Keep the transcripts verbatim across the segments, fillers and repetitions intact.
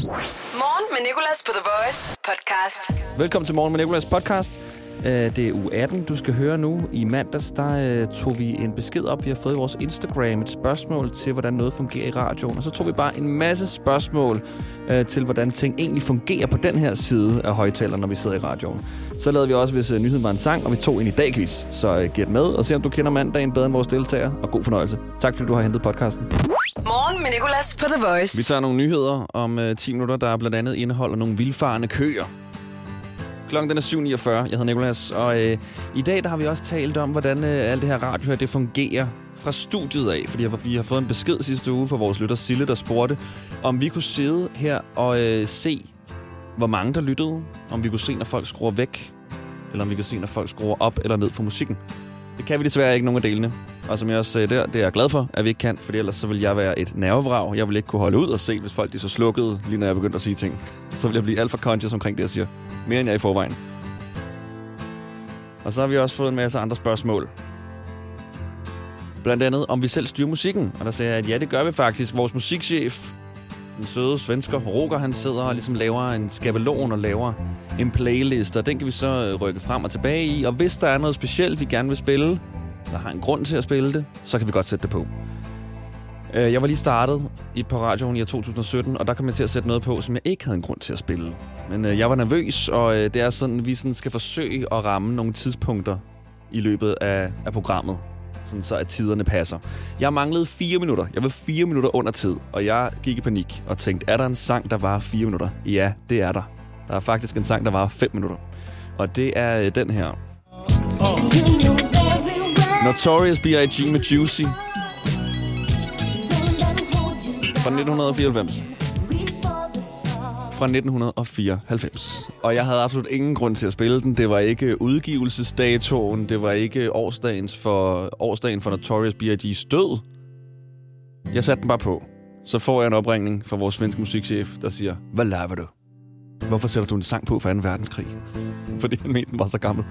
Morgen med Nicolas på The Voice podcast. Velkommen til Morgen med Nicolas podcast. Det er uge atten, du skal høre nu. I mandags, der tog vi en besked op. Vi har fået i vores Instagram et spørgsmål til, hvordan noget fungerer i radioen. Og så tog vi bare en masse spørgsmål til, hvordan ting egentlig fungerer på den her side af højtaleren, når vi sidder i radioen. Så lavede vi også, hvis nyheden var en sang, og vi tog en i dag-quiz. Så gæt med og se, om du kender mandagen bedre end vores deltagere. Og god fornøjelse. Tak, fordi du har hentet podcasten. Morgen med Nicolas på The Voice. Vi tager nogle nyheder om uh, ti minutter, der blandt andet indeholder nogle vildfarende køer. Klokken den er syv niogfyrre. Jeg hedder Nicolas, og øh, i dag der har vi også talt om, hvordan øh, alt det her radio her, det fungerer fra studiet af. Fordi vi har fået en besked sidste uge fra vores lytter Sille, der spurgte, om vi kunne sidde her og øh, se, hvor mange der lyttede. Om vi kunne se, når folk skruer væk, eller om vi kan se, når folk skruer op eller ned for musikken. Det kan vi desværre ikke, nogen af delene. Og som jeg også sagde der, det er jeg glad for, at vi ikke kan, for ellers så vil jeg være et nervevrag. Jeg vil ikke kunne holde ud og se, hvis folk de så slukkede, lige når jeg begyndte at sige ting. Så vil jeg blive alt for conscious omkring det, jeg siger. Mere end jeg i forvejen. Og så har vi også fået en masse andre spørgsmål. Blandt andet, om vi selv styrer musikken. Og der sagde jeg, at ja, det gør vi faktisk. Vores musikchef, den søde svensker, Roger, han sidder og ligesom laver en skabelon og laver en playlist. Og den kan vi så rykke frem og tilbage i. Og hvis der er noget specielt, vi gerne vil spille, eller har en grund til at spille det, så kan vi godt sætte det på. Jeg var lige startet på radioen i to tusind og sytten, og der kom jeg til at sætte noget på, som jeg ikke havde en grund til at spille. Men jeg var nervøs, og det er sådan, at vi sådan skal forsøge at ramme nogle tidspunkter i løbet af, af programmet, sådan så at tiderne passer. Jeg manglede fire minutter. Jeg var fire minutter under tid, og jeg gik i panik og tænkte, er der en sang, der varer fire minutter? Ja, det er der. Der er faktisk en sang, der varer fem minutter. Og det er den her. Oh. Notorious B I G med Juicy fra nitten fireoghalvfems. Fra nitten fireoghalvfems. Og jeg havde absolut ingen grund til at spille den. Det var ikke udgivelsesdatoen. Det var ikke årsdagen for, årsdagen for Notorious B I G's død. Jeg satte den bare på. Så får jeg en opringning fra vores svenske musikchef, der siger, hvad laver du? Hvorfor sætter du en sang på for anden verdenskrig? Fordi han mente, den var så gammel.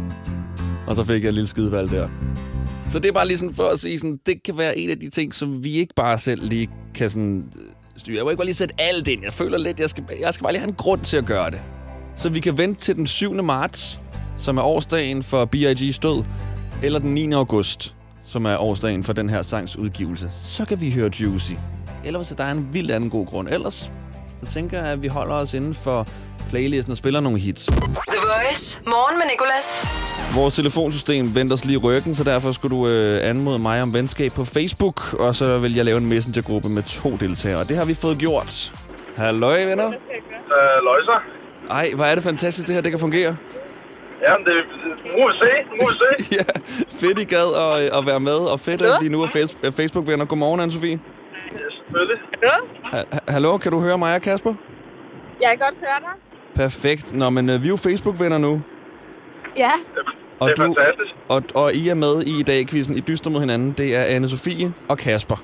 Og så fik jeg et lille skidevalg der. Så det er bare lige sådan for at sige, sådan, det kan være en af de ting, som vi ikke bare selv lige kan sådan styre. Jeg må ikke bare lige sætte alt ind. Jeg føler lidt, jeg skal, jeg skal bare lige have en grund til at gøre det. Så vi kan vente til den syvende marts, som er årsdagen for B I G's død, eller den niende august, som er årsdagen for den her sangs udgivelse. Så kan vi høre Juicy. Eller hvis der er en vildt anden god grund. Ellers så tænker jeg, at vi holder os inden for playlisten og spiller nogle hits. The Voice. Morgen med Nicolas. Vores telefonsystem vendte os lige ryggen, så derfor skulle du øh, anmode mig om venskab på Facebook, og så vil jeg lave en messengergruppe med to deltagere. Og det har vi fået gjort. Halløj, venner. Halløj, så. Ej, hvor er det fantastisk, det her det kan fungere. Jamen, det må vi se. Må vi se. Ja, fedt I gad at, at være med, og fedt at vi nu er face- Facebook-venner. Godmorgen, Anne-Sophie. Ja, selvfølgelig. Ha- Hallo, kan du høre mig og Kasper? Jeg kan godt høre dig. Perfekt. Nå, men øh, vi er jo Facebook-venner nu. Ja. Og det er du, fantastisk. Og, og I er med i dag-quizzen. I dyster mod hinanden. Det er Anne-Sophie og Kasper.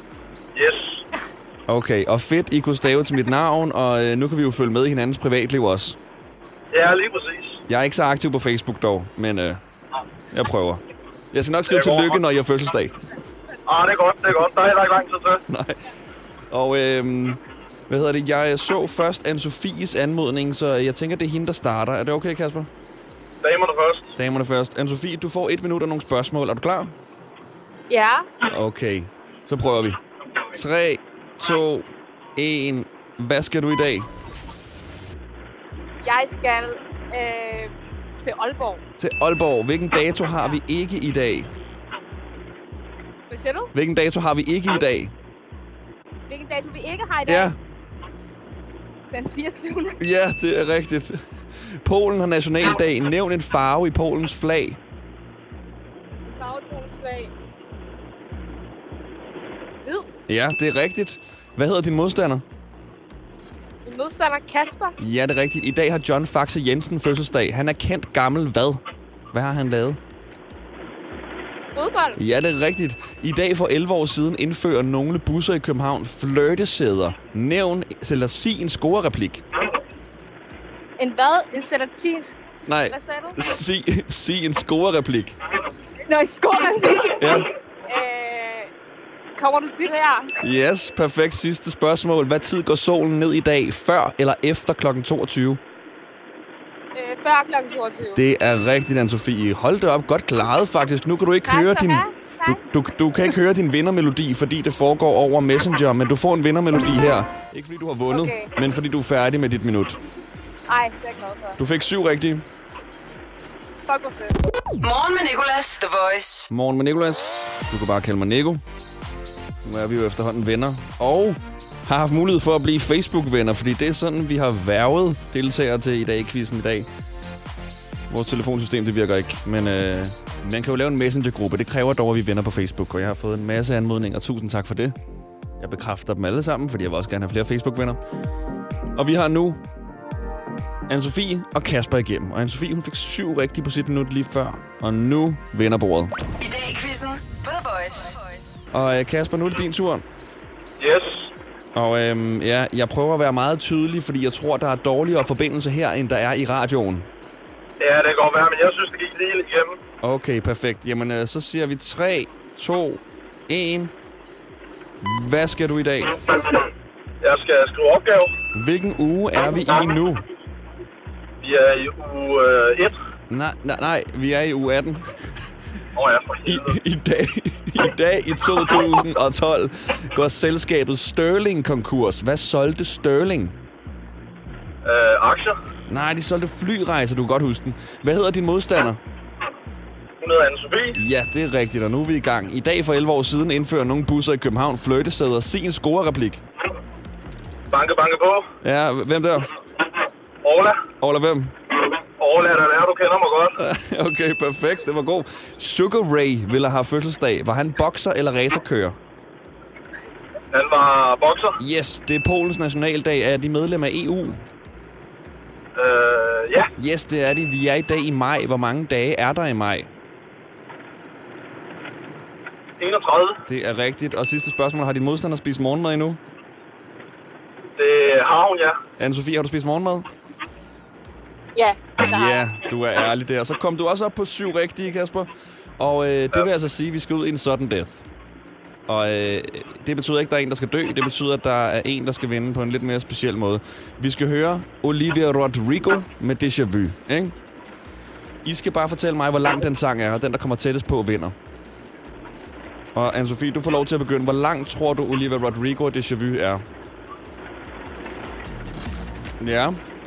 Yes. Okay, og fedt, I kunne stave til mit navn, og øh, nu kan vi jo følge med i hinandens privatliv også. Ja, lige præcis. Jeg er ikke så aktiv på Facebook dog, men øh, jeg prøver. Jeg skal nok skrive tillykke, når I har fødselsdag. Ah, det er godt, det er godt. Der er heller ikke lang tid til. Nej. Og øh, hvad hedder det? Jeg så først Anne-Sophies anmodning, så jeg tænker, det er hende, der starter. Er det okay, Kasper? Damerne først. Damerne først. Anne-Sophie, du får et minut og nogle spørgsmål. Er du klar? Ja. Okay, så prøver vi. tre, to, et. Hvad skal du i dag? Jeg skal øh, til Aalborg. Til Aalborg. Hvilken dato har vi ikke i dag? Hvad siger du? Hvilken dato har vi ikke i dag? Hvilken dato vi ikke har i dag? Ja. Den fireogtyvende Ja, det er rigtigt. Polen har nationaldag. Nævn en farve i Polens flag. Farvetronens flag. Hvid. Ja, det er rigtigt. Hvad hedder din modstander? Min modstander Kasper. Ja, det er rigtigt. I dag har John Faxe Jensen fødselsdag. Han er kendt gammel hvad? Hvad har han lavet? Fodbold. Ja, det er rigtigt. I dag for elleve år siden indfører nogle busser i København flirtesæder. Nævn eller sig en scorereplik. En hvad? En sættertinsk? Nej, Hvad sagde du? sig, sig en scorereplik. Nå, en scorereplik. Ja. Øh, Kommer du til her? Yes, perfekt. Sidste spørgsmål. Hvad tid går solen ned i dag? Før eller efter klokken toogtyve? Øh, før klokken toogtyve. Det er rigtigt, Anne-Sophie. Hold det op. Godt klaret, faktisk. Nu kan du ikke Tak høre skal din... du have. Du, du, du kan ikke høre din vindermelodi, fordi det foregår over Messenger, men du får en vindermelodi her. Ikke fordi du har vundet, Okay. men fordi du er færdig med dit minut. Ej, det er jeg glad for. Du fik syv rigtige. Fuck, hvor fedt. Morgen med Nicolas, The Voice. Morgen med Nicolas. Du kan bare kalde mig Nico. Nu er vi jo efterhånden venner. Og har haft mulighed for at blive Facebook-venner, fordi det er sådan, vi har værvet deltagere til i dag i quizzen i dag. Vores telefonsystem, det virker ikke, men øh, man kan jo lave en messengergruppe. Det kræver dog, at vi er venner på Facebook, og jeg har fået en masse anmodninger. Tusind tak for det. Jeg bekræfter dem alle sammen, fordi jeg vil også gerne have flere Facebook-venner. Og vi har nu Anne-Sophie og Kasper igennem. Og Anne-Sophie, hun fik syv rigtige på sit minut lige før. Og nu vinder bordet. I dag i quizzen på The Voice. Og øh, Kasper, nu er det din tur. Yes. Og øhm, ja, jeg prøver at være meget tydelig, fordi jeg tror, der er dårligere forbindelse her, end der er i radioen. Ja, det kan godt være, men jeg synes, det gik lige lidt igennem. Okay, perfekt. Jamen, øh, så siger vi tre, to, et. Hvad skal du i dag? Jeg skal skrive opgave. Hvilken uge er vi i nu? Vi er i uge øh, et. Nej, nej, nej, vi er i uge atten. Åh oh, ja, for I, helvede. i, dag, I dag i to tusind og tolv går selskabet Sterling konkurs. Hvad solgte Sterling? Øh, aktier. Nej, de solgte flyrejser, du kan godt huske den. Hvad hedder din modstander? Hun hedder Anne-Sophie. Ja, det er rigtigt, og nu er vi i gang. I dag for elleve år siden indfører nogle busser i København flirtesæder. Sig en score-replik. Banke, banke på. Ja, hvem der? Orla. Ola, hvem? Orla, der er, du kender mig godt. Okay, perfekt. Det var god. Sugar Ray ville have fødselsdag. Var han bokser eller racerkører? Han var bokser. Yes, det er Polens nationaldag. Er de medlem af E U? Øh, ja. Yes, det er de. Vi er i dag i maj. Hvor mange dage er der i maj? enogtredive. Det er rigtigt. Og sidste spørgsmål. Har din modstander spist morgenmad endnu? Det har hun, ja. Anne-Sophie, har du spist morgenmad? Ja, det har Ja, jeg. du er ærlig der. Så kom du også op på syv rigtige, Kasper. Og øh, det vil altså sige, at vi skal ud i en sudden death. Og øh, det betyder ikke, at der er en, der skal dø. Det betyder, at der er en, der skal vinde på en lidt mere speciel måde. Vi skal høre Olivia Rodrigo med Déjà Vu, ikke? I skal bare fortælle mig, hvor lang den sang er, og den, der kommer tættest på, vinder. Og Anne-Sophie, du får lov til at begynde. Hvor lang tror du, Olivia Rodrigo og Déjà Vu er? Ja.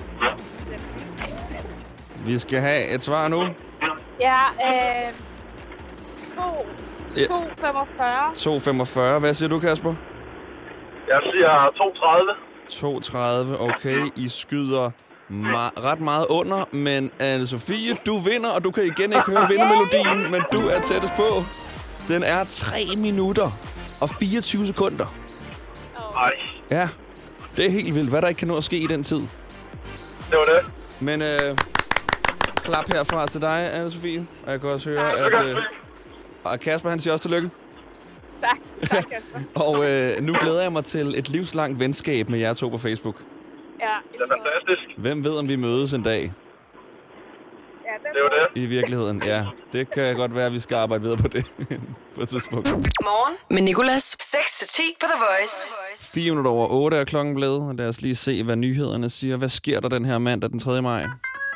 Vi skal have et svar nu. Ja, øh... to... to femogfyrre. to femogfyrre. Hvad siger du, Kasper? Jeg siger to tredive. to tredive. Okay, I skyder ma- ret meget under, men Anne-Sophie, du vinder, og du kan igen ikke høre vindermelodien, men du er tættest på. Den er tre minutter og fireogtyve sekunder. Ej, Ja, det er helt vildt, hvad der ikke kan nå at ske i den tid. det var det. Men øh, klap herfra til dig, Anne-Sophie. Og jeg kan også høre, Ja, at øh, og Kasper, han siger også tillykke. Tak, tak, Kasper. Og øh, nu glæder jeg mig til et livslangt venskab med jer to på Facebook. Ja, Det er fantastisk. Hvem ved, om vi mødes en dag ja, den Det var det. i virkeligheden? Ja, det kan godt være, at vi skal arbejde videre på det på et tidspunkt. Morgen med Nicolas. seks til ti på The Voice. fire minutter over otte er klokken blevet, og lad os lige se, hvad nyhederne siger. Hvad sker der den her mandag den tredje maj?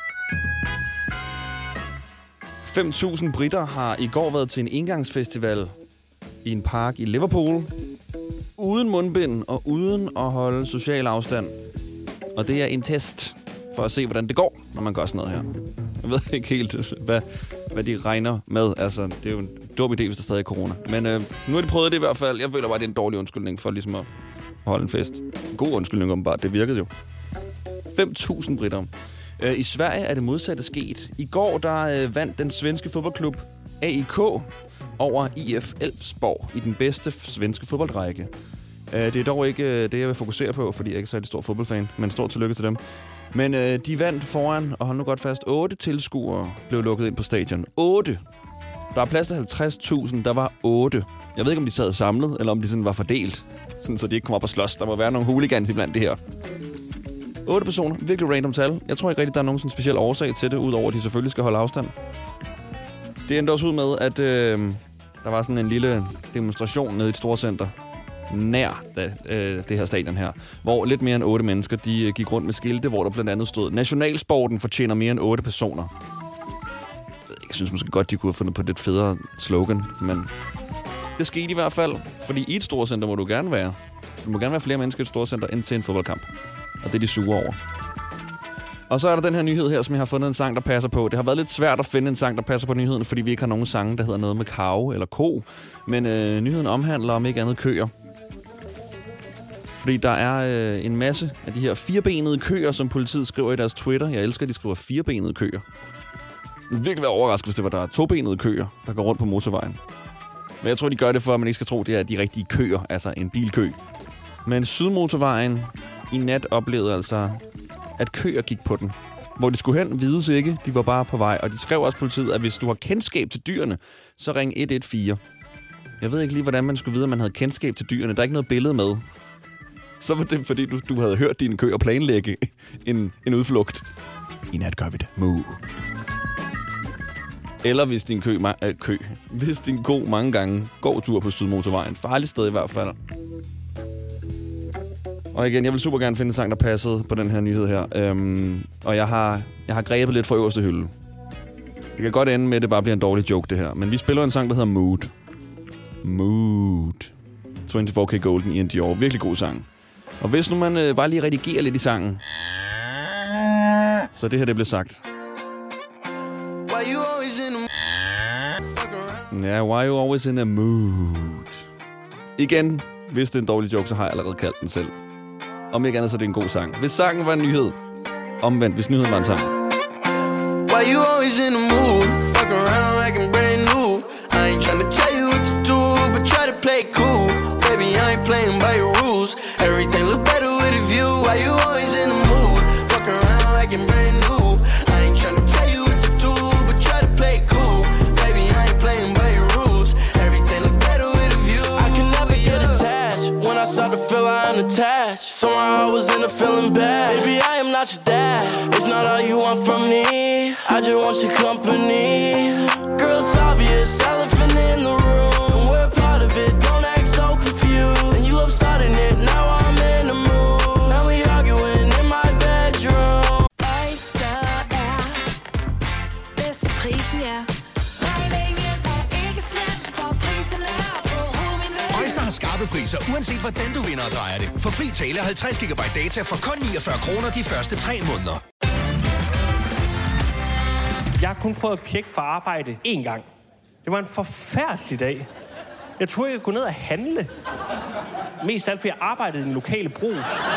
fem tusind britter har i går været til en indgangsfestival i en park i Liverpool, uden mundbind og uden at holde social afstand. Og det er en test for at se, hvordan det går, når man gør sådan noget her. Jeg ved ikke helt, hvad, hvad de regner med. Altså, det er jo en dum idé, hvis der stadig er corona. Men øh, nu har de prøvet det i hvert fald. Jeg føler bare, det er en dårlig undskyldning for ligesom at holde en fest. En god undskyldning åbenbart. Det virkede jo. fem tusind britter. Øh, I Sverige er det modsatte sket. I går der øh, vandt den svenske fodboldklub A I K over I F Elfsborg i den bedste svenske fodboldrække. Øh, det er dog ikke øh, det, jeg vil fokusere på, fordi jeg ikke er så et stor fodboldfan. Men stort tillykke til dem. Men øh, de vandt foran, og hold nu godt fast, otte tilskuere blev lukket ind på stadion. otte! Der er plads til halvtreds tusind, der var otte. Jeg ved ikke, om de sad samlet, eller om de sådan var fordelt, sådan, så de ikke kom op og slås. Der må være nogle hooligans iblandt det her. otte personer, virkelig random tal. Jeg tror ikke rigtig, der er nogen sådan speciel årsag til det, udover at de selvfølgelig skal holde afstand. Det endte også ud med, at øh, Der var sådan en lille demonstration nede i et storcenter nær da, øh, det her stadion her, hvor lidt mere end otte mennesker, de øh, gik rundt med skilte, hvor der blandt andet stod, nationalsporten fortjener mere end otte personer. Jeg synes måske godt, de kunne have fundet på et lidt federe slogan, men det skete i hvert fald, fordi i et storcenter må du gerne være. Du må gerne være flere mennesker i et storcenter end til en fodboldkamp. Og det er de sure over. Og så er der den her nyhed her, som jeg har fundet en sang, der passer på. Det har været lidt svært at finde en sang, der passer på nyheden, fordi vi ikke har nogen sange, der hedder noget med kave eller ko. Men øh, nyheden omhandler om ikke andet køer. Fordi der er øh, en masse af de her firebenede køer, som politiet skriver i deres Twitter. Jeg elsker, at de skriver firebenede køer. Det ville virkelig være overrasket, hvis det var der er tobenede køer, der går rundt på motorvejen. Men jeg tror, de gør det for, at man ikke skal tro, det er de rigtige køer, altså en bilkø. Men Sydmotorvejen i nat oplevede altså, at køer gik på den. Hvor de skulle hen, vides ikke, de var bare på vej. Og de skrev også politiet, at hvis du har kendskab til dyrene, så ring et et fire. Jeg ved ikke lige, hvordan man skulle vide, at man havde kendskab til dyrene. Der er ikke noget billede med. Så var det, fordi du, du havde hørt dine køer planlægge en, en udflugt. I nat gør vi det. Moo. Eller hvis din kø, ma- øh, kø, hvis din ko mange gange går tur på Sydmotorvejen. Farligt sted i hvert fald. Og igen, jeg vil super gerne finde en sang, der passede på den her nyhed her. Øhm, og jeg har, jeg har grebet lidt fra øverste hylde. Det kan godt ende med, at det bare bliver en dårlig joke, det her. Men vi spiller en sang, der hedder Mood. Mood. toogtyve K Golden i Dior. Virkelig god sang. Og hvis nu man øh, bare lige redigerer lidt i sangen, så det her, det bliver sagt. Ja, why you always in a mood? Igen, hvis det er en dårlig joke, så har jeg allerede kaldt den selv. Om ikke andet, så er det en god sang. Hvis sangen var en nyhed, omvendt, hvis nyheden var en sang. Why you always in the mood? Fuck around like I'm brand new. I ain't tryna tell you what to do, but try to play cool. Baby, I ain't playing by your rules. Everything look better with a view. Why you always in the mood? Fuck around like I'm brand new. I ain't tryna tell you what to do, but try to play cool. Baby, I ain't playing by your rules. Everything look better with a view. I can never get attached. When I start to feel I'm unattached, somehow I was in a feeling bad. Baby, I am not your dad. It's not all you want from me. I just want your company. Girl, it's obvious, elephant in the room. And we're part of it, don't act so confused. And you love starting it, now I'm in the mood. Now we arguing in my bedroom. Oyster er bedst til prisen, ja. Regningen er ikke slem, for prisen er på hovedet. Oyster har skarpe priser, uanset hvordan du vinder og drejer det. For fri tale halvtreds gigabyte data for kun niogfyrre kroner de første tre måneder. Jeg har kun prøvet at pjekke for arbejde én gang. Det var en forfærdelig dag. Jeg turde ikke gå ned og handle. Mest af alt, fordi jeg arbejdede i den lokale brus.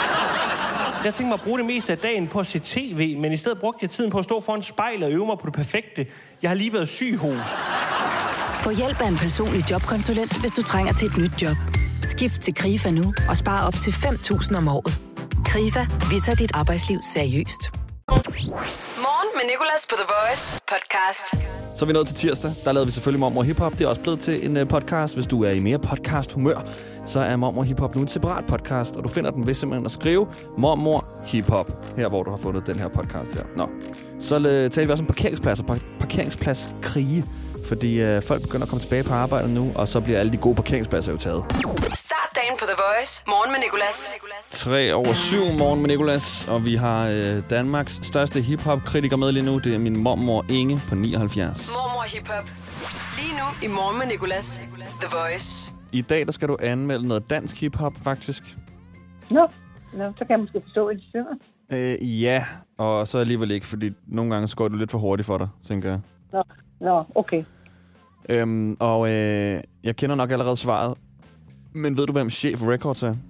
Jeg tænkte mig at bruge det meste af dagen på at se tv, men i stedet brugte jeg tiden på at stå foran spejlet og øve mig på det perfekte. Jeg har lige været syg hos. Få hjælp af en personlig jobkonsulent, hvis du trænger til et nyt job. Skift til KRIFA nu og spar op til fem tusind om året. KRIFA, vi tager dit arbejdsliv seriøst. Morgen med Nicolas på The Voice podcast. Så er vi nået til tirsdag. Der lavede vi selvfølgelig Mormor Hip Hop. Det er også blevet til en uh, podcast. Hvis du er i mere podcast-humør, så er Mormor Hip Hop nu en separat podcast. Og du finder den ved simpelthen at skrive Mormor Hip Hop. Her, hvor du har fundet den her podcast her. Nå. Så uh, taler vi også om parkeringspladser. Par- parkeringspladskrige. Fordi uh, folk begynder at komme tilbage på arbejdet nu. Og så bliver alle de gode parkeringspladser jo taget. Start dagen på The Voice. Morgen med Nicolas. tre over syv morgen med Nicolas. Og vi har uh, Danmarks største hiphop-kritiker med lige nu. Det er min mormor Inge på nioghalvfjerds. Mormor Hip Hop. Lige nu i Morgen med Nicolas. The Voice. I dag der skal du anmelde noget dansk hiphop, faktisk. Nå, Nå så kan jeg måske forstå, at de synger. Øh, ja, og så alligevel ikke, fordi nogle gange så går det lidt for hurtigt for dig, tænker jeg. Nå, Nå okay. Øhm, og øh, jeg kender nok allerede svaret. Men ved du, hvem Chef Records er?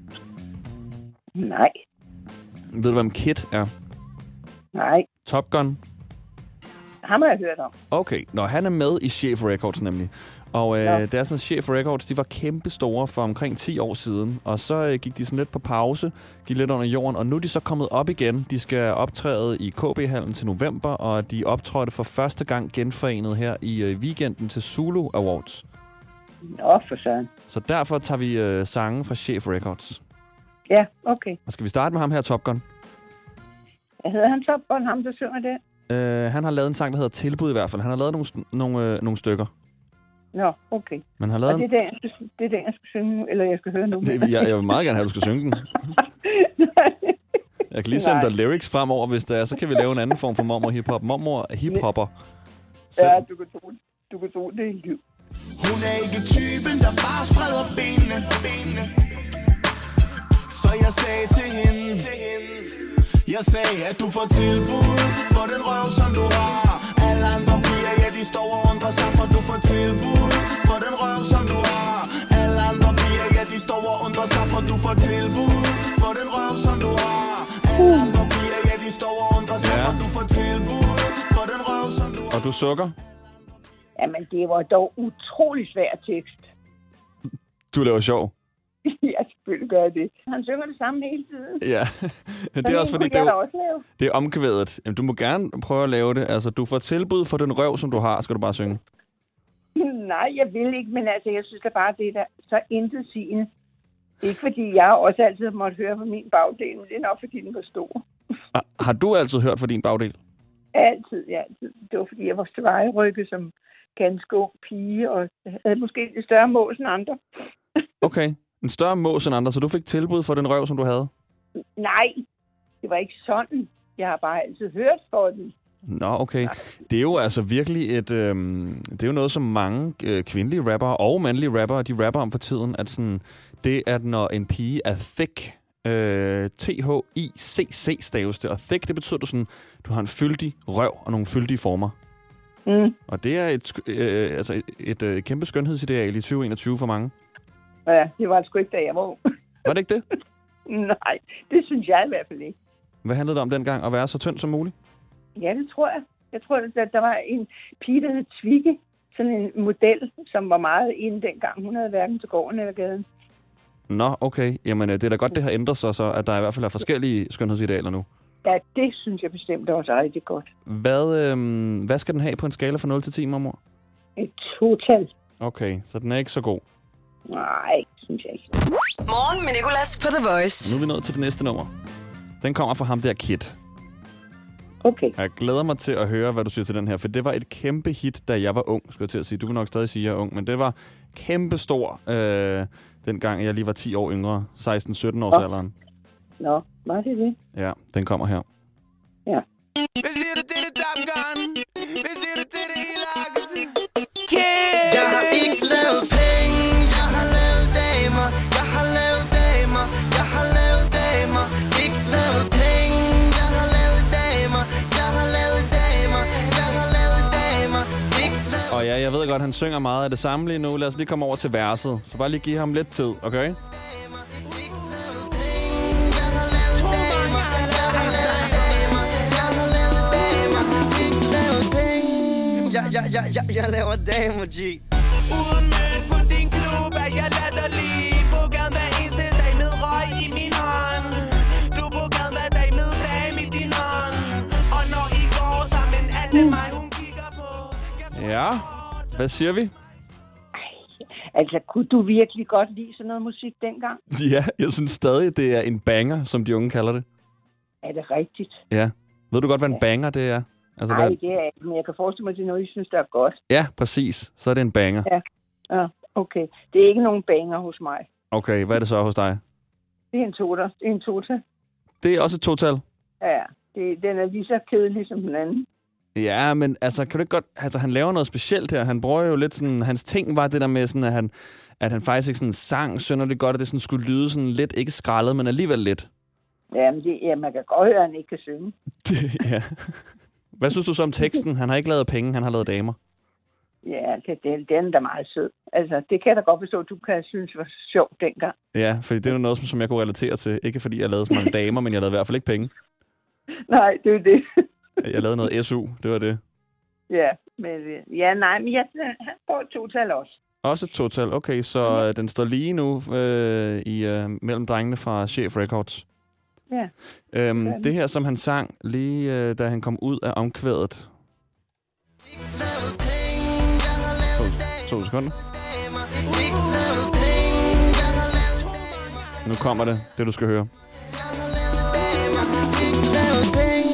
Nej. Ved du, hvem Kid er? Nej. Top Gun? Ham har jeg hørt om. Okay, nå, han er med i Chef Records nemlig. Og øh, ja. det er sådan, at Chef Records, de var kæmpe store for omkring ti år siden. Og så øh, gik de sådan lidt på pause, gik lidt under jorden, og nu er de så kommet op igen. De skal optræde i K B-hallen til november, og de optrådte for første gang genforenet her i øh, weekenden til Zulu Awards. Nå, for søren. Så derfor tager vi øh, sange fra Chef Records. Ja, okay. Og skal vi starte med ham her, Top Gun? Hvad hedder han, Top Gun, ham der synger det? Øh, han har lavet en sang, der hedder Tilbud i hvert fald. Han har lavet nogle, nogle, øh, nogle stykker. Nå, okay. Man har Og lavet det er, den, jeg skal, det er den, jeg skal synge nu, eller jeg skal høre nu. det, jeg, jeg vil meget gerne have, at du skal synge den. Jeg kan lige sende dig lyrics fremover, hvis det er. Så kan vi lave en anden form for mormor hiphop. Mormor hiphopper. Ja, du kan tro det. Du kan tro det er liv. Hun er ikke typen, der bare spreder benene, benene. Så jeg sagde til hende, til hende, jeg sagde, at du får tilbud for den røv, som du har. Alle andre piger, ja, de står og undrer sig, for du får tilbud for den røv, som du har. Alle andre piger, ja, de står og undrer sig, for du får tilbud for den røv, som du har. Alle andre piger, ja, de står og undrer sig, for du får tilbud for den røv, som du har. Og du sukker? Jamen, det var dog utrolig svær tekst. Du laver sjov. Ja, selvfølgelig gør jeg det. Han synger det samme hele tiden. Ja, det er også fordi, det er, også lave. det er omkvædet. Jamen, du må gerne prøve at lave det. Altså, du får tilbud for den røv, som du har, skal du bare synge. Nej, jeg vil ikke, men altså, jeg synes da bare, det er da så intetsigende. Ikke fordi jeg også altid har måttet høre på min bagdel, men det er nok fordi den var stor. Har, har du altid hørt for din bagdel? Altid, ja, altid. Det var fordi, jeg var tilvejerykket som ganske ung pige, og havde måske et større mål end andre. Okay, en større mås end andre, så du fik tilbud for den røv, som du havde? Nej, det var ikke sådan. Jeg har bare altid hørt for den. Nå, okay. Det er jo altså virkelig et... Øhm, det er jo noget, som mange øh, kvindelige rappere og mandlige rappere, de rapper om for tiden, at sådan, det er, når en pige er thick, øh, T H I C C staves det, og thick, det betyder, du sådan, du har en fyldig røv og nogle fyldige former. Mm. Og det er et, øh, altså et, et øh, kæmpe skønhedsideal i tyve enogtyve for mange. Ja, det var sgu ikke, da jeg var. Var det ikke det? Nej, det synes jeg i hvert fald ikke. Hvad handlede det om dengang? At være så tynd som muligt? Ja, det tror jeg. Jeg tror, at der var en pige, der hed Tvigge. Sådan en model, som var meget inde dengang. Hun havde hverken til gården eller gaden. Nå, okay. Jamen, det er da godt, det har ændret sig så, at der i hvert fald er forskellige skønhedsidealer nu. Ja, det synes jeg bestemt også er rigtig godt. Hvad, øhm, hvad skal den have på en skala fra nul til ti, mormor? Et total. Okay, så den er ikke så god. Nej, synes jeg ikke. Morgen med Nicolas på The Voice. Nu er vi nået til det næste nummer. Den kommer fra ham der, Kid. Okay. Jeg glæder mig til at høre, hvad du siger til den her, for det var et kæmpe hit, da jeg var ung, skulle jeg til at sige. Du kan nok stadig sige, at jeg er ung, men det var kæmpe stor, øh, dengang jeg lige var ti år yngre, seksten sytten års alderen. Nå, var det det? Ja, den kommer her. Ja. Jeg har ikke lavet penge, jeg har lavet damer. Jeg har lavet damer, jeg har lavet damer. Ikke lavet penge, jeg har lavet damer. Jeg har lavet damer, jeg har lavet damer. Ikke lavet... Og ja, jeg ved godt, han synger meget af det samme lige nu. Lad os lige komme over til verset. Så bare lige give ham lidt tid, okay? Jeg, jeg, jeg, jeg laver damer, G. Uden mød på din klub er jeg latterlig. På gaden hver eneste dag med røg i min hånd. Du på gaden hver dag med dame i din hånd. Og når I går sammen, er det mig, hun kigger på. Ja, hvad siger vi? Altså, kunne du virkelig godt lide sådan noget musik dengang? Ja, jeg synes stadig, det er en banger, som de unge kalder det. Er det rigtigt? Ja. Ved du godt, hvad en banger det er? Altså, Nej, hvad... det er ikke, men jeg kan forestille mig, at det er noget, I synes, der er godt. Ja, præcis. Så er det en banger. Ja, ja, okay. Det er ikke nogen banger hos mig. Okay, hvad er det så hos dig? Det er en total. Det er en total. Det er også et total? Ja, det, den er lige så kedelig som den anden. Ja, men altså, kan du ikke godt... Altså, han laver noget specielt her. Han bruger jo lidt sådan... Hans ting var det der med sådan, at han, at han faktisk ikke sådan sang synderligt godt, at det sådan skulle lyde sådan lidt, ikke skrællet, men alligevel lidt. Ja, men det, ja, man kan godt høre, at han ikke kan synge. Det, ja. Hvad synes du så om teksten? Han har ikke lavet penge, han har lavet damer. Ja, det, det, den er da meget sød. Altså, det kan jeg da godt forstå, at du kan synes var sjovt dengang. Ja, fordi det er noget, som jeg kunne relatere til. Ikke fordi jeg lavede så mange damer, men jeg lavede i hvert fald ikke penge. Nej, det er det. Jeg lavede noget S U, det var det. Ja, men, ja nej, men jeg, han får et total også. Også et total, okay. Så mm. den står lige nu øh, i øh, mellem drengene fra Chef Records. Ja. Øhm, ja. Det her, som han sang, lige øh, da han kom ud af omkvædet. To, to sekunder. Nu kommer det, det du skal høre.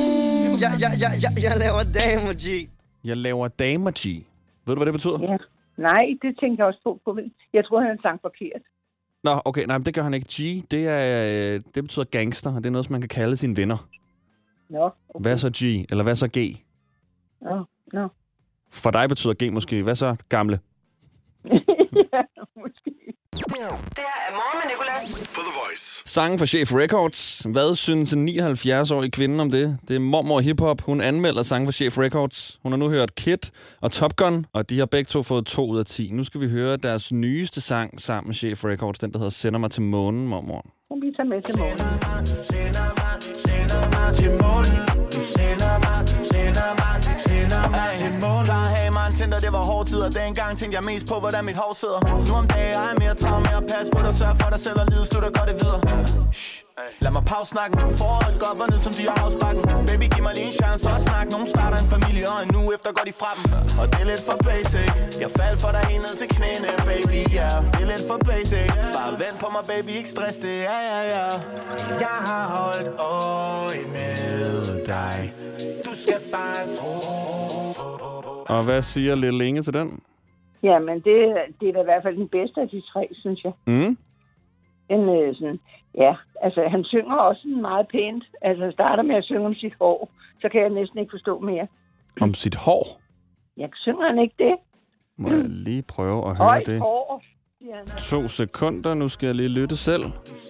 Jeg, jeg, jeg, jeg, jeg laver damer, G. Jeg laver damer, G. Ved du, hvad det betyder? Ja, Nej, det tænker jeg også på. på. Jeg tror, han sang forkert. Nå, okay, nej, men det gør han ikke. G, det, er, øh, det betyder gangster, og det er noget, som man kan kalde sine venner. Nå, okay. Hvad så G, eller hvad så G? Nå, nå. For dig betyder G måske. Hvad så gamle? Ja, måske. Det her er Morgen med Nicolas. På The Voice. Sangen fra Chef Records. Hvad synes en nioghalvfjerds-årig kvinde om det? Det er mormor hiphop. Hun anmelder sangen fra Chef Records. Hun har nu hørt Kid og Top Gun, og de har begge to fået to ud af ti. Nu skal vi høre deres nyeste sang sammen med Chef Records. Den, der hedder Sender mig til månen, mormor. Hun bliver taget med til månen. Sender mig, sender mig til månen. Du sender mig, sender mig, sender mig til månen. Der havde mig en Tinder, det var hård tid, og dengang tænkte jeg mest på, hvordan mit hår sidder. Nu om dagen er jeg mere travl med at passe på dig, sørg for dig selv og livet slutter godt det videre. Shh. Lad mig pause snakken. Forhold går op og ned som dyrehavsbakken. Baby, giv mig lige en chance for at snakke. Nogen starter en familie, og en uge efter går de fra dem. Og det er lidt for basic. Jeg faldt for dig helt ned til knæene, baby, ja yeah. Det er lidt for basic. Bare vent på mig, baby, ikke stress det, ja, ja, ja. Jeg har holdt øje med dig. Du skal bare tro. Og hvad siger Lille Inge til den? Jamen, det, det er da i hvert fald den bedste af de tre, synes jeg. Mm. Den, øh, sådan, ja, altså han synger også meget pænt. Altså han starter med at synge om sit hår, så kan jeg næsten ikke forstå mere. Om sit hår? Ja, synger han ikke det? Må jeg lige prøve at høre Højt det? hår. Ja. To sekunder, nu skal jeg lige lytte selv.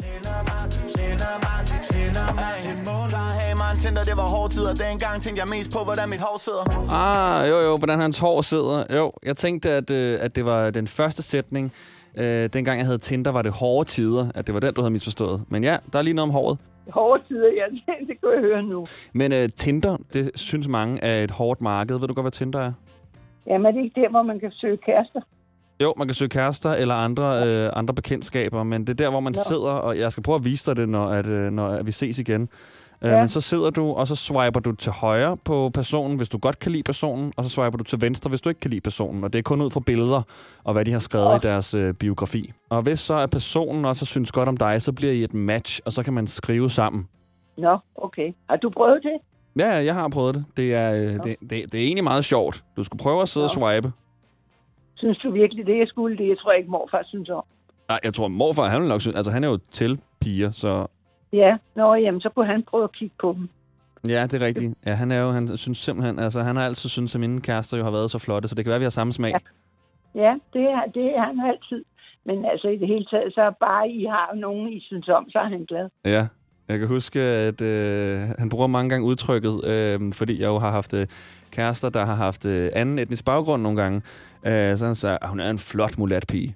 Det var hård tid, og dengang tænkte jeg mest på, hvordan mit hår sidder. Ah, jo jo, hvordan hans hår sidder. Jo, jeg tænkte, at, øh, at det var den første sætning. Øh, dengang jeg havde Tinder, var det hårde tider. At det var den, du havde misforstået. Men ja, der er lige noget om håret. Hårde tider, ja, det kan jeg høre nu. Men øh, Tinder, det synes mange er et hårdt marked. Ved du godt, hvad Tinder er? Jamen, er det ikke der, hvor man kan søge kærester? Jo, man kan søge kærester eller andre, øh, andre bekendtskaber, men det er der, hvor man Nå. sidder, og jeg skal prøve at vise dig det, når, at, øh, når at vi ses igen. Ja. Ja. Men så sidder du, og så swiper du til højre på personen, hvis du godt kan lide personen, og så swiper du til venstre, hvis du ikke kan lide personen. Og det er kun ud fra billeder, og hvad de har skrevet oh. i deres øh, biografi. Og hvis så er personen også synes godt om dig, så bliver I et match, og så kan man skrive sammen. Nå, okay. Har du prøvet det? Ja, jeg har prøvet det. Det er, øh, det, det, det er egentlig meget sjovt. Du skulle prøve at sidde Nå. og swipe. Synes du virkelig det, jeg skulle det? Jeg tror ikke, morfar synes om. Nej, jeg tror, morfar, han vil nok synes, altså han er jo til piger, så... Ja, nå, jamen, så kunne han prøve at kigge på dem. Ja, det er rigtigt. Ja, han er jo, han synes simpelthen, altså han har altid syntes, at mine kærester jo har været så flotte, så det kan være, at vi har samme smag. Ja, ja det, er, det er han altid. Men altså i det hele taget, så bare I har nogen, I synes om, så er han glad. Ja, jeg kan huske, at øh, han bruger mange gange udtrykket, øh, fordi jeg jo har haft øh, kærester, der har haft øh, anden etnisk baggrund nogle gange. Øh, så han sagde, at hun er en flot mulatpige.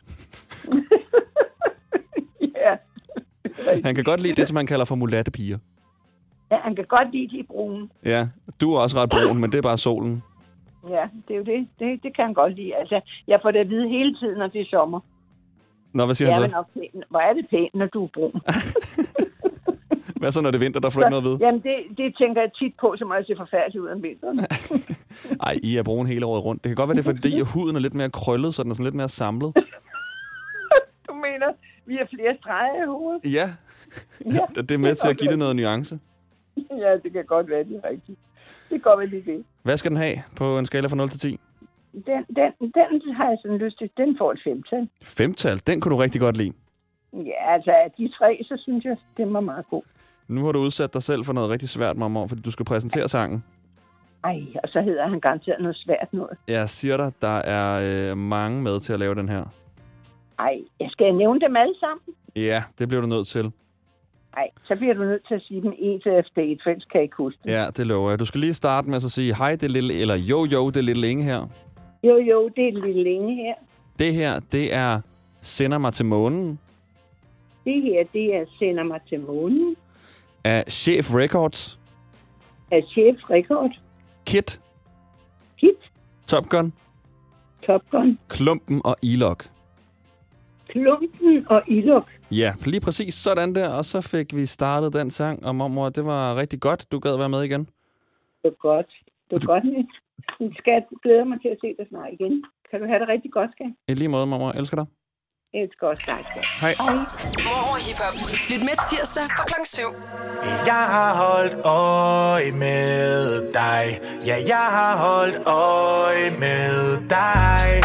Ja. Han kan godt lide det, som han kalder for mulattepiger. Ja, han kan godt lide de brune. Ja, du er også ret brun, men det er bare solen. Ja, det er jo det. Det, det kan han godt lide. Altså, jeg får det at vide hele tiden, når det er sommer. Nå, hvad siger ja, han så? Men okay, hvor er det pænt, når du er brun. Hvad så, når det er vinter, der får du ikke noget ved? Jamen, det, det tænker jeg tit på, som jeg ser forfærdeligt ud om vinteren. Ej, I er brun hele året rundt. Det kan godt være, det er fordi, at huden er lidt mere krøllet, så den er sådan lidt mere samlet. Du mener, vi har flere streger i hovedet? Ja, ja. Det er med til at give det noget nuance. Ja, det kan godt være, det er rigtigt. Det går vel lige det. Hvad skal den have på en skala fra nul til ti? Den, den, den har jeg sådan lyst til. Den får et femtal. Femtal? Den kunne du rigtig godt lide. Ja, altså af de tre, så synes jeg, den var meget god. Nu har du udsat dig selv for noget rigtig svært, mormor, fordi du skal præsentere sangen. Ej, og så hedder han garanteret noget svært noget. Jeg siger dig, der er øh, mange med til at lave den her. Ej, skal jeg nævne dem alle sammen? Ja, det bliver du nødt til. Nej, så bliver du nødt til at sige dem et efter et, for ellers kan jeg ikke huske det. Ja, det lover jeg. Du skal lige starte med at sige, hej, det er lille, eller jo, jo, det er Lille Inge her. Jo, jo, det er Lille Inge her. Det her, det er Sender mig til månen. Det her, det er Sender mig til månen. Af Chef Records. Af Chef Records. Kid. Kid. Top Gun. Top Gun. Klumpen og Ilok. Klumpen og Ilok. Ja, lige præcis sådan der, og så fik vi startet den sang, og mormor, det var rigtig godt. Du gad være med igen. Det var godt. Det var du... godt, Nick. Skat, glæder mig til at se dig snart igen. Kan du have det rigtig godt, skat? I lige måde, mormor. Elsker dig. Elsker også dig, skat. Hej. Hej. Mormor Hip-Hop. Lyt med tirsdag fra klokken syv. Jeg har holdt øje med dig. Ja, jeg har holdt øje med dig.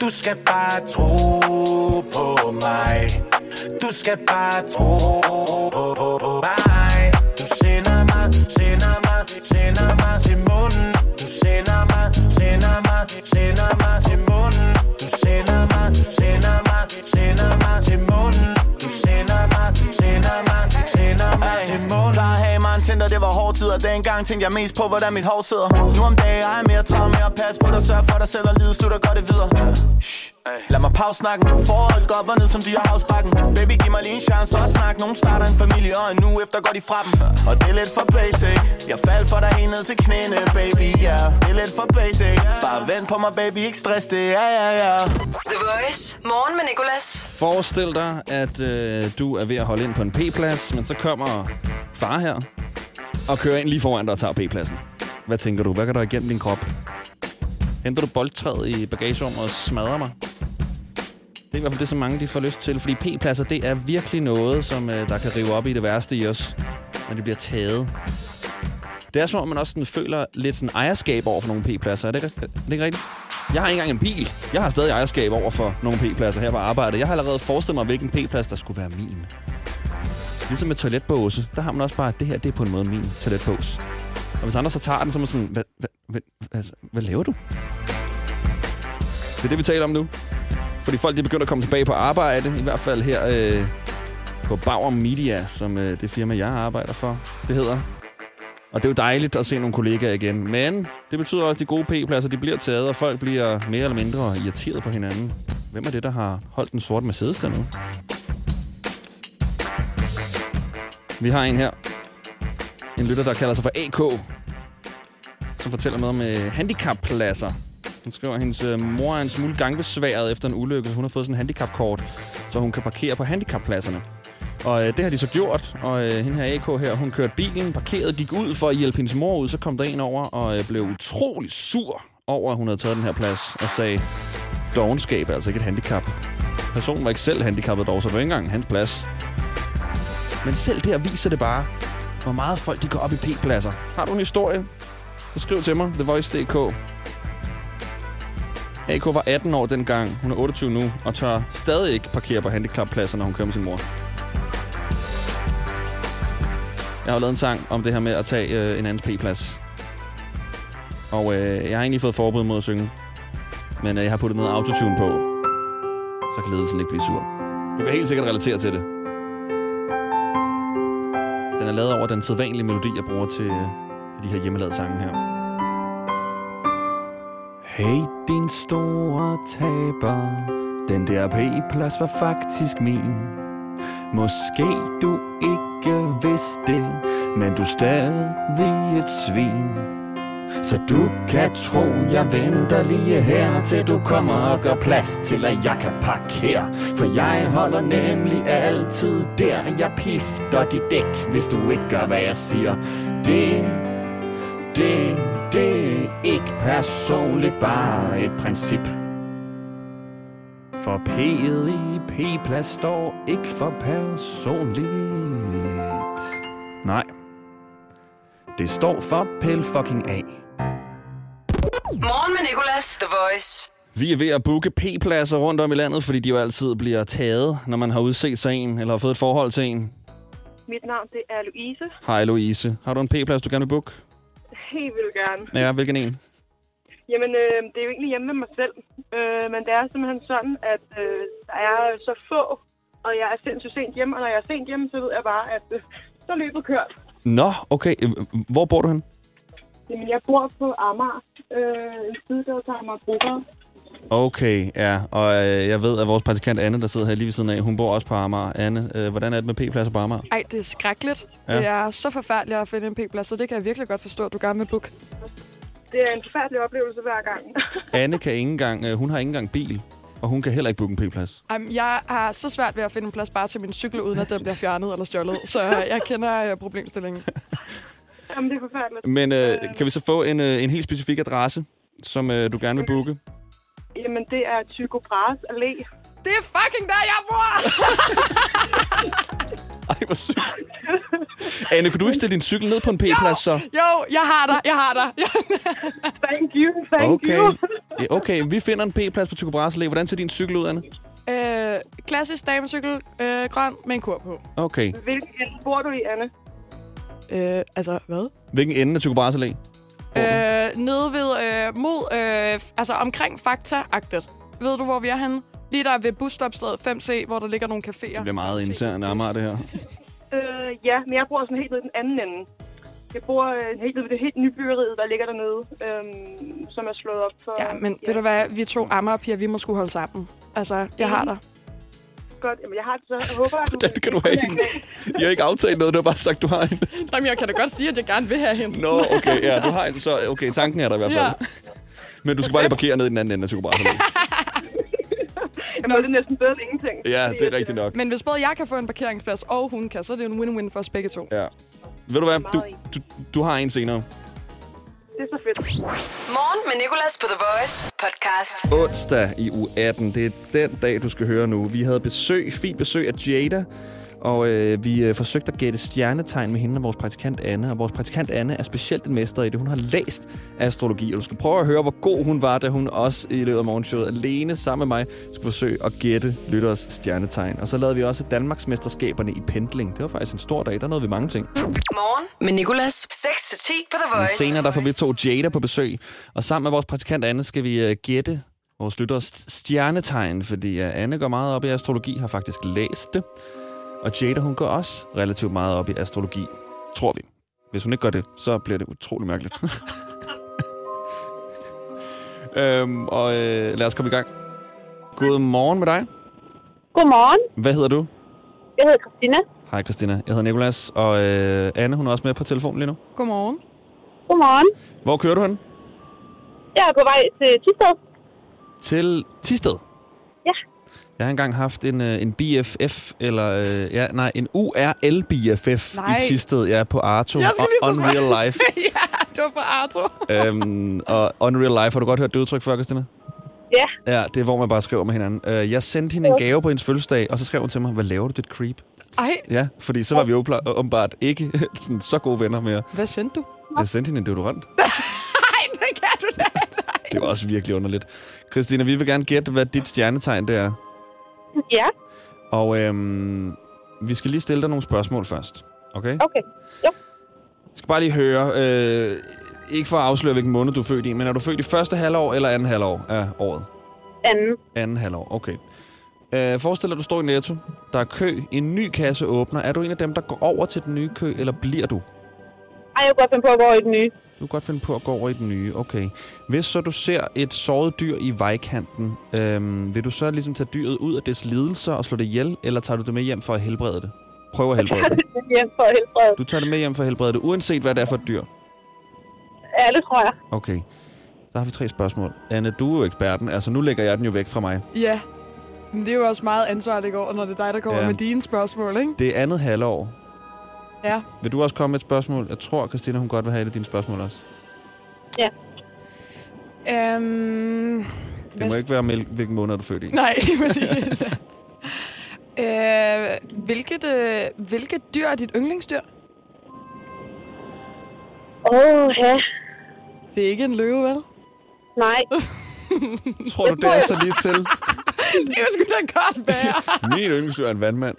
Du skal bare tro på mig. Du skal bare tro på mig. Du sender mig, sender mig, sender mig til munden. Du sender mig, sender mig, sender mig til munden. Du sender mig, sender mig, sender mig til munden. Du sender mig, sender mig, sender mig til munden. Der have mig en Tinder, det var hård tid, og dengang tænkte jeg mest på, hvordan mit hår sidder. Nu om dagen er jeg mere travl med at passe på dig, sørge for dig selv og lide, slutter godt det videre. Lad mig pause snakken. Forhold går op og ned som dyrehavsbakken. Baby, giv mig lige en chance for at snakke. Nogen starter en familie, og en uge efter går de fra dem. Og det er lidt for basic. Jeg faldt for dig helt ned til knæene, baby, ja yeah. Det er lidt for basic. Bare vent på mig, baby, ikke stress det, ja, ja, ja. The Voice. Morgen med Nicolas. Forestil dig, at øh, du er ved at holde ind på en P-plads, men så kommer far her og kører ind lige foran dig og tager P-pladsen. Hvad tænker du? Hvad kan der igennem din krop? Henter du boldtræet i bagagerummet og smadrer mig? Det er i hvert fald det, som mange de får lyst til. Fordi P-pladser, det er virkelig noget, som øh, der kan rive op i det værste i os, når de bliver taget. Det er som om, man også sådan, føler lidt sådan ejerskab over for nogle P-pladser. Er det, ikke, er det ikke rigtigt? Jeg har ikke engang en bil. Jeg har stadig ejerskab over for nogle P-pladser her på arbejde. Jeg har allerede forestillet mig, hvilken P-plads, der skulle være min. Ligesom med toiletbåse, der har man også bare, at det her det er på en måde min toiletbås. Og hvis andre så tager den, så er man sådan, hvad, hvad, hvad, hvad, hvad laver du? Det er det, vi taler om nu. Fordi folk de begynder at komme tilbage på arbejde, i hvert fald her øh, på Bauer Media, som øh, det firma, jeg arbejder for, det hedder. Og det er jo dejligt at se nogle kollegaer igen. Men det betyder også, at de gode P-pladser de bliver taget, og folk bliver mere eller mindre irriteret på hinanden. Hvem er det, der har holdt den sorte Mercedes der nu? Vi har en her. En lytter, der kalder sig for A K, som fortæller noget om øh, handicappladser. Hun skriver, at hendes øh, mor er en smule gangbesværet efter en ulykke, så hun har fået sådan en handicapkort, så hun kan parkere på handicappladserne. Og øh, det har de så gjort, og øh, hende her A K her, hun kørte bilen, parkerede, gik ud for at hjælpe hendes mor ud, så kom der en over og øh, blev utrolig sur over, at hun havde taget den her plads, og sagde, dovenskab er altså ikke et handicap. Personen var ikke selv handicappet dog, så det var ikke engang hans plads. Men selv der viser det bare, hvor meget folk de går op i P-pladser. Har du en historie? Så skriv til mig, The Voice punktum d k. A K var atten år dengang, hun er otteogtyve nu, og tør stadig ikke parkere på handicappladser, når hun kører med sin mor. Jeg har lavet en sang om det her med at tage øh, en andens P-plads. Og øh, jeg har egentlig fået forbud mod at synge. Men øh, jeg har puttet noget autotune på. Så kan ledelsen ikke blive sur. Du kan helt sikkert relatere til det. Den er lavet over den sædvanlige melodi, jeg bruger til, øh, til de her hjemmelavede sange her. Hey, din store taber. Den der P-plads var faktisk min. Måske du ikke vidste det, men du er stadig et svin. Så du kan tro, jeg venter lige her, til du kommer og gør plads til, at jeg kan parkere. For jeg holder nemlig altid der. Jeg pifter dit dæk, hvis du ikke gør, hvad jeg siger. Det, det, det er ikke personligt, bare et princip. For P'et i P-plads står ikke for personligt. Nej. Det står for P'l fucking A. Morgen med Nicolas, The Voice. Vi er ved at booke P-pladser rundt om i landet, fordi de jo altid bliver taget, når man har udset sig en, eller har fået et forhold til en. Mit navn, det er Louise. Hej Louise. Har du en P-plads, du gerne vil booke? Helt vildt gerne. Ja, hvilken en? Jamen, øh, det er jo egentlig hjemme med mig selv. Øh, men det er simpelthen sådan, at øh, der er så få, og jeg er sindssygt sent hjemme. Og når jeg er sent hjemme, så ved jeg bare, at øh, så er løbet kørt. Nå, okay. Hvor bor du hen? Jamen, jeg bor på Amager. Øh, en sidegade til Amager. Okay, ja. Og øh, jeg ved, at vores praktikant Anne, der sidder her lige ved siden af, hun bor også på Amager. Anne, øh, hvordan er det med P-pladser på Amager? Ej, det er skrækkeligt. Ja. Det er så forfærdeligt at finde en P-plads, så det kan jeg virkelig godt forstå, at du gerne vil booke. Det er en forfærdelig oplevelse hver gang. Anne kan ikke engang, øh, hun har ikke engang bil, og hun kan heller ikke booke en P-plads. Um, jeg har så svært ved at finde en plads bare til min cykel, uden at den bliver fjernet eller stjålet. Så jeg kender uh, problemstillingen. Jamen, det er forfærdeligt. Men øh, kan vi så få en, øh, en helt specifik adresse, som øh, du gerne vil booke? Jamen, det er Tycho Brahes Allé. Det er fucking der, jeg bor! Ej, hvor sygt. Anne, kunne du ikke stille din cykel ned på en P-plads så? Jo, jeg har dig, jeg har dig. Thank you, thank okay. you. Okay, vi finder en P-plads på Tycho Brahes Allé. Hvordan ser din cykel ud, Anne? Øh, klassisk damecykel, øh, grøn med en kur på. Okay. Hvilken ende bor du i, Anne? Øh, altså, hvad? Hvilken ende af Tycho Brahes Allé? Øh, nede ved, øh, mod, øh, altså omkring Fakta-agtigt. Ved du, hvor vi er henne? Lige der ved busstopstedet fem C, hvor der ligger nogle caféer. Det bliver meget internt Amager, det her. Øh, ja, men jeg bor sådan helt nede i den anden ende. Jeg bor øh, helt nede ved det helt nybyggeriet, der ligger dernede, øhm, som er slået op for... Ja, men ja. Ved du hvad? Vi to Amager-piger, vi må sgu holde sammen. Altså, jeg har dig. Godt, jamen jeg har det så. Jeg håber, at du... Hvordan kan du have en? Jeg har ikke aftalt noget, du har bare sagt, du har en. Jamen, jeg kan da godt sige, at jeg gerne vil have hende. Nå, okay, ja, du har en. Så okay, tanken er der i hvert fald. Ja. Men du skal bare lige parkere ned i den anden ende, så du bare sådan Jamen, det er næsten bedre end ingenting. Ja, det er rigtigt nok. Men hvis både jeg kan få en parkeringsplads, og hun kan, så er det jo en win-win for os begge to. Ja. Ved du hvad? Du, du, du har en senere. Det er så fedt. Morgen med Nicolas på The Voice podcast. Onsdag i uge atten. Det er den dag, du skal høre nu. Vi havde besøg, fint besøg af Jada. Og øh, vi øh, forsøgte at gætte stjernetegn med hende og vores praktikant Anne. Og vores praktikant Anne er specielt en mester i det. Hun har læst astrologi, og du skal prøve at høre, hvor god hun var, da hun også i løbet af morgenshowet alene sammen med mig skulle forsøge at gætte lytteres stjernetegn. Og så lavede vi også Danmarksmesterskaberne i pendling. Det var faktisk en stor dag. Der nåede vi mange ting. Morgen med Nicolas. seks til ti på The Voice. Senere der får vi to Jada på besøg. Og sammen med vores praktikant Anne skal vi øh, gætte vores lytteres stjernetegn. Fordi øh, Anne går meget op i astrologi, har faktisk læst det. Og Jada, hun går også relativt meget op i astrologi, tror vi. Hvis hun ikke gør det, så bliver det utrolig mærkeligt. øhm, og øh, lad os komme i gang. God morgen med dig. Godmorgen. Hvad hedder du? Jeg hedder Christina. Hej Christina, jeg hedder Nicolas, og øh, Anne, hun er også med på telefonen lige nu. Godmorgen. Godmorgen. Hvor kører du hen? Jeg er på vej til Thisted. Til Thisted? Ja. Jeg har engang haft en, en B F F, eller øh, ja, nej, en U R L B F F nej. i Thisted, ja, på Arto. Unreal Life. Ja, det var på Arto. øhm, og Unreal Life, har du godt hørt det udtryk før, Christina? Ja. Ja, det er, hvor man bare skriver med hinanden. Uh, jeg sendte hende en gave på hendes fødselsdag, og så skrev hun til mig, hvad laver du, dit creep? Ej. Ja, fordi så var vi jo åbenbart ikke sådan, så gode venner mere. Hvad sendte du? Jeg sendte hende en deodorant. Nej, det kan du da. Det var også virkelig underligt. Christina, vi vil gerne gætte, hvad dit stjernetegn det er. Ja. Og øhm, vi skal lige stille dig nogle spørgsmål først. Okay? Okay, jo. Jeg skal bare lige høre, øh, ikke for at afsløre, hvilken måned du er født i, men er du født i første halvår eller anden halvår af året? Anden. Anden halvår, okay. Øh, forestil dig, at du står i Netto. Der er kø. En ny kasse åbner. Er du en af dem, der går over til den nye kø, eller bliver du? Ej, jeg kan godt finde på at gå over i den nye. Du kan godt finde på at gå over i den nye, okay. Hvis så du ser et såret dyr i vejkanten, øhm, vil du så ligesom tage dyret ud af dets lidelser og slå det ihjel, eller tager du det med hjem for at helbrede det? Prøv at helbrede det. Jeg tager det med hjem for at helbrede det. Du tager det med hjem for at helbrede det, uanset hvad det er for et dyr? Ja, det tror jeg. Okay. Så har vi tre spørgsmål. Anne, du er jo eksperten. Altså, nu lægger jeg den jo væk fra mig. Ja, men det er jo også meget ansvarligt over, når det er dig, der kommer ja. med dine spørgsmål, ikke? Det er andet halvår. Ja. Vil du også komme med et spørgsmål? Jeg tror, Christina, hun godt vil have et af dine spørgsmål også. Ja. Øhm, det må ikke være, med, hvilken måned er du født i. Nej, det må sige. øh, hvilket, øh, hvilket dyr er dit yndlingsdyr? Åh, oh, ja. Det er ikke en løve, vel? Nej. Tror du, det er så lige til? Det er sgu da godt være. Min yndlingsdyr er en vandmand.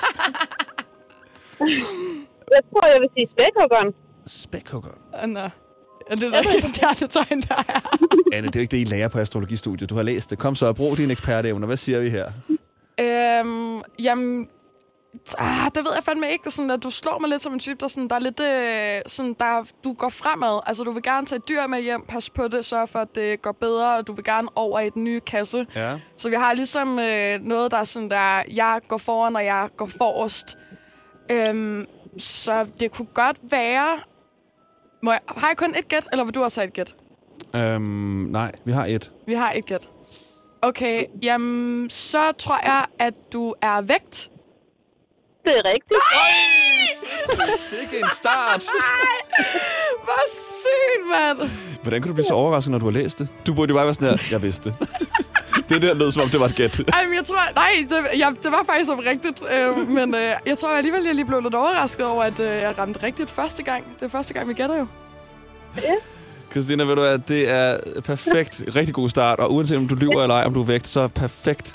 Jeg tror, jeg vil sige spækhuggeren. Spækhuggeren? Anna. Er det da ikke et stjernetegn, der er? Anne, det er jo ikke det, I lærer på astrologistudiet. Du har læst det. Kom så og brug dine ekspertevner. Hvad siger vi her? Øhm, jamen, ah, det ved jeg fandme ikke. Sådan, at du slår mig lidt som en type, der, sådan, der er lidt, øh, sådan, der, du går fremad. Altså, du vil gerne tage dyr med hjem, pas på det, sørge for, at det går bedre, og du vil gerne over i den nye kasse. Ja. Så vi har ligesom øh, noget, der er sådan, der, jeg går foran, og jeg går forrest. Øhm, så det kunne godt være... Må jeg, har jeg kun et gæt, eller vil du også have et gæt? Øhm, nej, vi har et. Vi har et gæt. Okay, jamen, så tror jeg, at du er vægt. Det er rigtigt. Nej! Sikke en start. Nej! Hvor sygt, mand! Hvordan kan du blive så overrasket, når du har læst det? Du burde jo bare være sådan her, jeg vidste det. Det der lød, som om det var et gæt. Ej, men jeg tror... Nej, det, ja, det var faktisk om rigtigt. Øh, men øh, jeg tror alligevel, jeg lige blev lidt overrasket over, at øh, jeg ramte rigtigt første gang. Det er første gang, vi gætter jo. Ja. Christina, ved du hvad, det er perfekt. Rigtig god start. Og uanset om du lyver eller ej, om du er vægt, så perfekt.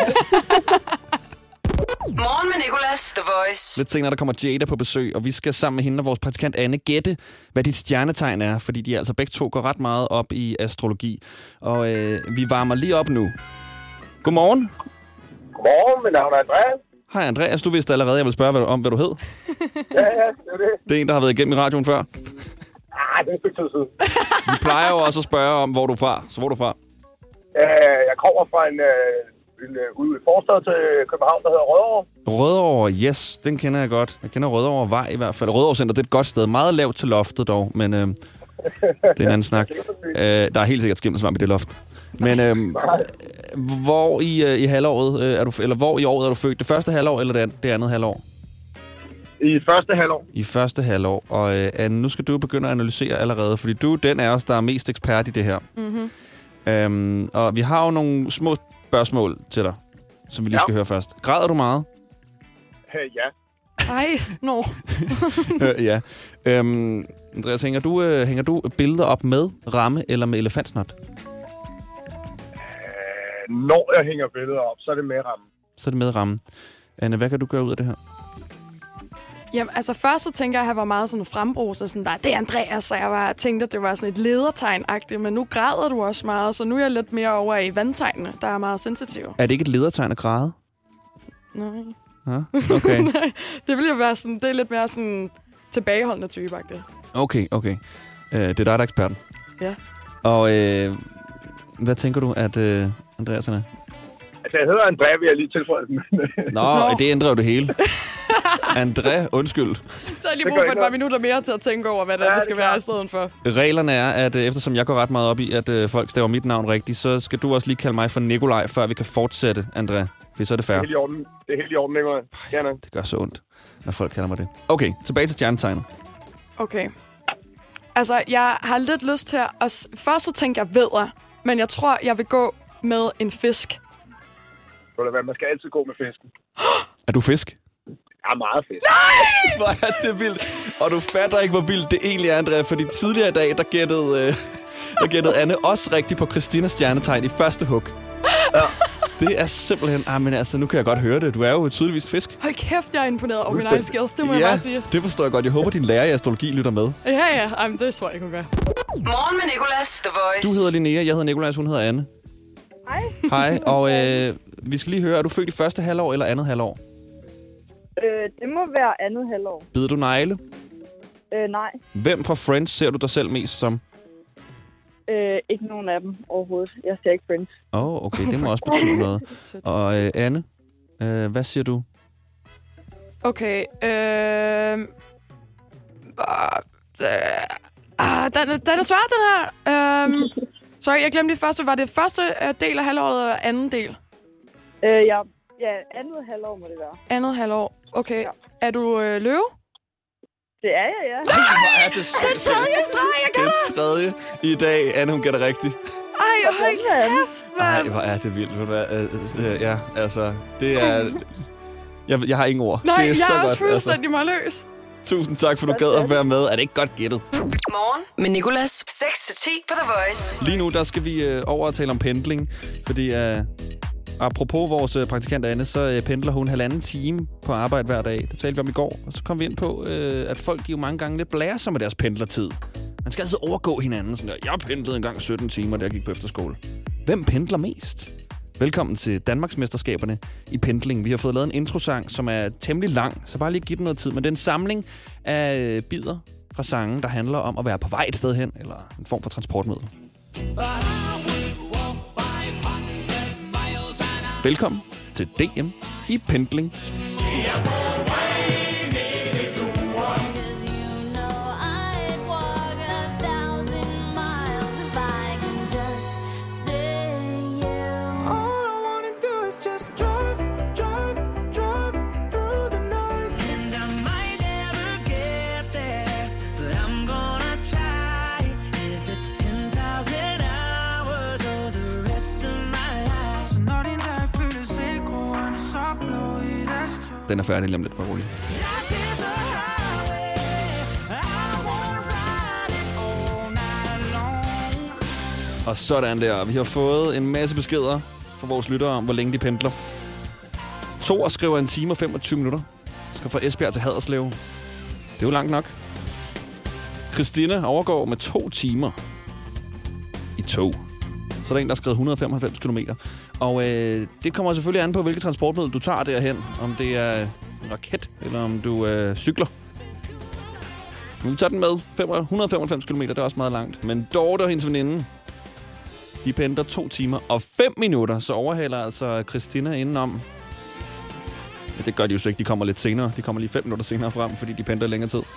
Morgen med Nicolas, The Voice. Lidt senere, der kommer Jada på besøg, og vi skal sammen med hende og vores praktikant Anne gætte, hvad dit stjernetegn er, fordi de altså begge to går ret meget op i astrologi. Og øh, vi varmer lige op nu. Godmorgen. Godmorgen, mit navn er Andreas. Hej Andreas, du vidste allerede, jeg vil spørge hvad, om, hvad du hed. Ja, ja, det er det. Det er en, der har været igennem i radioen før. Ah, det er et stykke tid siden. Vi plejer jo også at spørge om, hvor du er fra. Så hvor er du fra? Uh, jeg kommer fra en, uh, en uh, ude i forstad til København, der hedder Rødovre. Rødovre, yes. Den kender jeg godt. Jeg kender Rødovre Vej i hvert fald. Rødovre Center, det er et godt sted. Meget lavt til loftet dog, men øh, det er en anden snak. Uh, der er helt sikkert skimmelsvamp i det loft. Men øh, hvor i, uh, i halvåret øh, er du, eller hvor i året er du født? Det første halvår eller det, det andet halvår? I første halvår. I første halvår. Og øh, Anne, nu skal du begynde at analysere allerede, fordi du er den af os, der er mest ekspert i det her. Mm-hmm. Øhm, og vi har jo nogle små spørgsmål til dig, som vi lige skal ja. høre først. Græder du meget? Hey, ja. Ej, no. øh, ja. Øhm, Andreas, hænger du, øh, hænger du billeder op med ramme eller med elefantsnot? Uh, når jeg hænger billeder op, så er det med ramme. Så er det med ramme. Anne, hvad kan du gøre ud af det her? Jamen, altså først så tænker jeg, at jeg var meget sådan frembrug, så sådan der, det er Andreas, så jeg var, tænkte, at det var sådan et ledertegn-agtigt, men nu græder du også meget, så nu er jeg lidt mere over i vandtegnene, der er meget sensitive. Er det ikke et ledertegn at græde? Nej. Ja, okay. Nej, det vil jo være sådan, det er lidt mere sådan tilbageholdende type-agtigt. Okay, okay. Øh, det er dig, der er eksperten. Ja. Og øh, hvad tænker du, at øh, Andreas er? Altså, jeg hedder Andrea, vil jeg lige tilføje den. Nå, Nå, det ændrer jo det hele. André, undskyld. Så har jeg lige brug for et par minutter mere til at tænke over, hvad det, ja, det skal det være i stedet for. Reglerne er, at eftersom jeg går ret meget op i, at øh, folk staver mit navn rigtigt, så skal du også lige kalde mig for Nikolaj, før vi kan fortsætte, André. For så er det fair. Det er helt i orden, det er helt i orden Nikolaj. Gerne. Det gør så ondt, når folk kalder mig det. Okay, tilbage til stjernetegnet. Okay. Altså, jeg har lidt lyst til at... Først så tænker jeg vædder, men jeg tror, jeg vil gå med en fisk. Man skal altid gå med fisken. Er du fisk? Jeg er meget fisk. Nej! Hvor er det vildt. Og du fatter ikke, hvor vildt det egentlig er, Andrea. Fordi tidligere i dag, der gættede, øh, der gættede Anne også rigtigt på Christinas stjernetegn i første hug. Ja. Det er simpelthen... Ah, men altså, nu kan jeg godt høre det. Du er jo tydeligvis fisk. Hold kæft, jeg er imponeret over mine egne skills. Det må ja, jeg bare sige. Det forstår jeg godt. Jeg håber, din lærer i astrologi lytter med. Ja, ja. Jamen, det tror jeg, jeg kunne gøre. Morgen med Nicolas, The Voice. Du hedder Linnea, jeg hedder Nicolas, hun hedder Anne. Hej. Hej, og øh, vi skal lige høre, er du født i første halvår eller andet halvår? Øh, det må være andet halvår. Bider du negle? Øh, nej. Hvem fra Friends ser du dig selv mest som? Øh, ikke nogen af dem overhovedet. Jeg ser ikke Friends. Åh, oh, okay, det må også betyde noget. Og øh, Anne, øh, hvad siger du? Okay, øh... øh, øh den, den er svær, den her. Øh, sorry, jeg glemte det første. Var det første del af halvåret eller anden del? Øh, ja, ja, andet halvår må det være. Andet halvår. Okay. Ja. Er du øh, løve? Det er jeg, ja. Ej, hvor er det svært. Den tredje streg, jeg gætter. Den tredje i dag. Anne, hun gætter rigtigt. Ej, hold kæft, mand. Ej, hvor er det vildt. Ja, altså, det er... Jeg, jeg har ingen ord. Nej, det er jeg så er godt, også fuldstændig altså. Målløs. Tusind tak, for du gad at være med. Er det ikke godt gættet? Morgen med Nicolas. seks til ti på The Voice. Lige nu, der skal vi øh, over og tale om pendling. Fordi øh, apropos vores øh, praktikant Anne, så øh, pendler hun halvanden time på arbejde hver dag. Det talte vi om i går. Og så kom vi ind på, øh, at folk jo mange gange lidt blærer sig med deres pendlertid. Man skal altså overgå hinanden. Sådan der, jeg pendlede engang sytten timer, da jeg gik på efterskole. Hvem pendler mest? Velkommen til Danmarksmesterskaberne i pendling. Vi har fået lavet en introsang, som er temmelig lang, så bare lige giv den noget tid. Men det er en samling af bidder fra sangen, der handler om at være på vej et sted hen, eller en form for transportmiddel. Velkommen til D M i pendling. Den er færdig lige om lidt, bare roligt. Og sådan der. Vi har fået en masse beskeder fra vores lyttere om, hvor længe de pendler. Thor skriver en time og femogtyve minutter. Skal fra Esbjerg til Haderslev. Det er jo langt nok. Christine overgår med to timer i tog. Så er der en, der har skrevet et hundrede og femoghalvfems kilometer. Og øh, det kommer selvfølgelig an på, hvilket transportmiddel du tager derhen. Om det er en raket, eller om du øh, cykler. Men vi tager den med. et hundrede og femoghalvfems kilometer, det er også meget langt. Men Dorte og hendes veninde, de pendler to timer og fem minutter. Så overhaler altså Christina indenom. Ja, det gør de jo så ikke. De kommer lidt senere. De kommer lige fem minutter senere frem, fordi de pendler længere tid.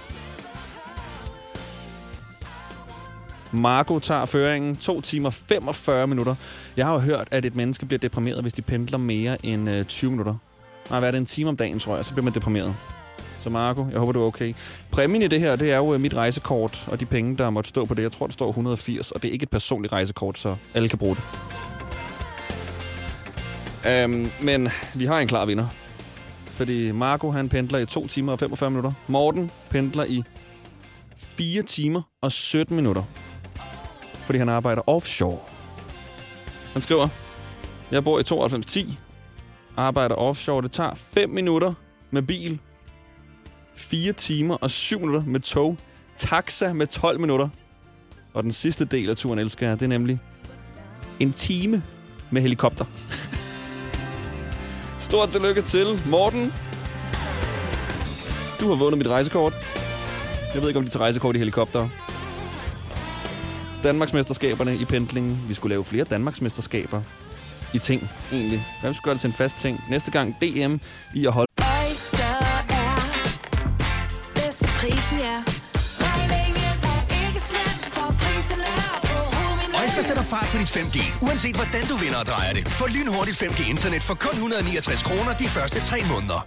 Marco tager føringen to timer femogfyrre minutter. Jeg har jo hørt, at et menneske bliver deprimeret, hvis de pendler mere end øh, tyve minutter. Nej, hvad er det, en time om dagen, tror jeg, så bliver man deprimeret. Så Marco, jeg håber, du er okay. Præmien i det her, det er jo øh, mit rejsekort, og de penge, der måtte stå på det. Jeg tror, det står et hundrede og firs, og det er ikke et personligt rejsekort, så alle kan bruge det. Øhm, men vi har en klar vinder. Fordi Marco, han pendler i to timer og femogfyrre minutter. Morten pendler i fire timer og sytten minutter. Fordi han arbejder offshore. Han skriver, jeg bor i tooghalvfems ti, arbejder offshore. Det tager fem minutter med bil, fire timer og syv minutter med tog, taxa med tolv minutter. Og den sidste del af turen, elsker jeg, det er nemlig en time med helikopter. Stort tillykke til Morten. Du har vundet mit rejsekort. Jeg ved ikke, om de tager rejsekort i helikopter. Danmarksmesterskaberne i pendlingen. Vi skulle lave flere Danmarksmesterskaber i ting, egentlig. Hvad skal gøre det til en fast ting? Næste gang D M i at holde... Oyster er bedst til prisen, ja. Regningen er ikke slem, for prisen er på hovedet. Oyster sætter fart på dit fem G, uanset hvordan du vinder og drejer det. Få lynhurtigt fem G internet for kun et hundrede og niogtres kroner de første tre måneder.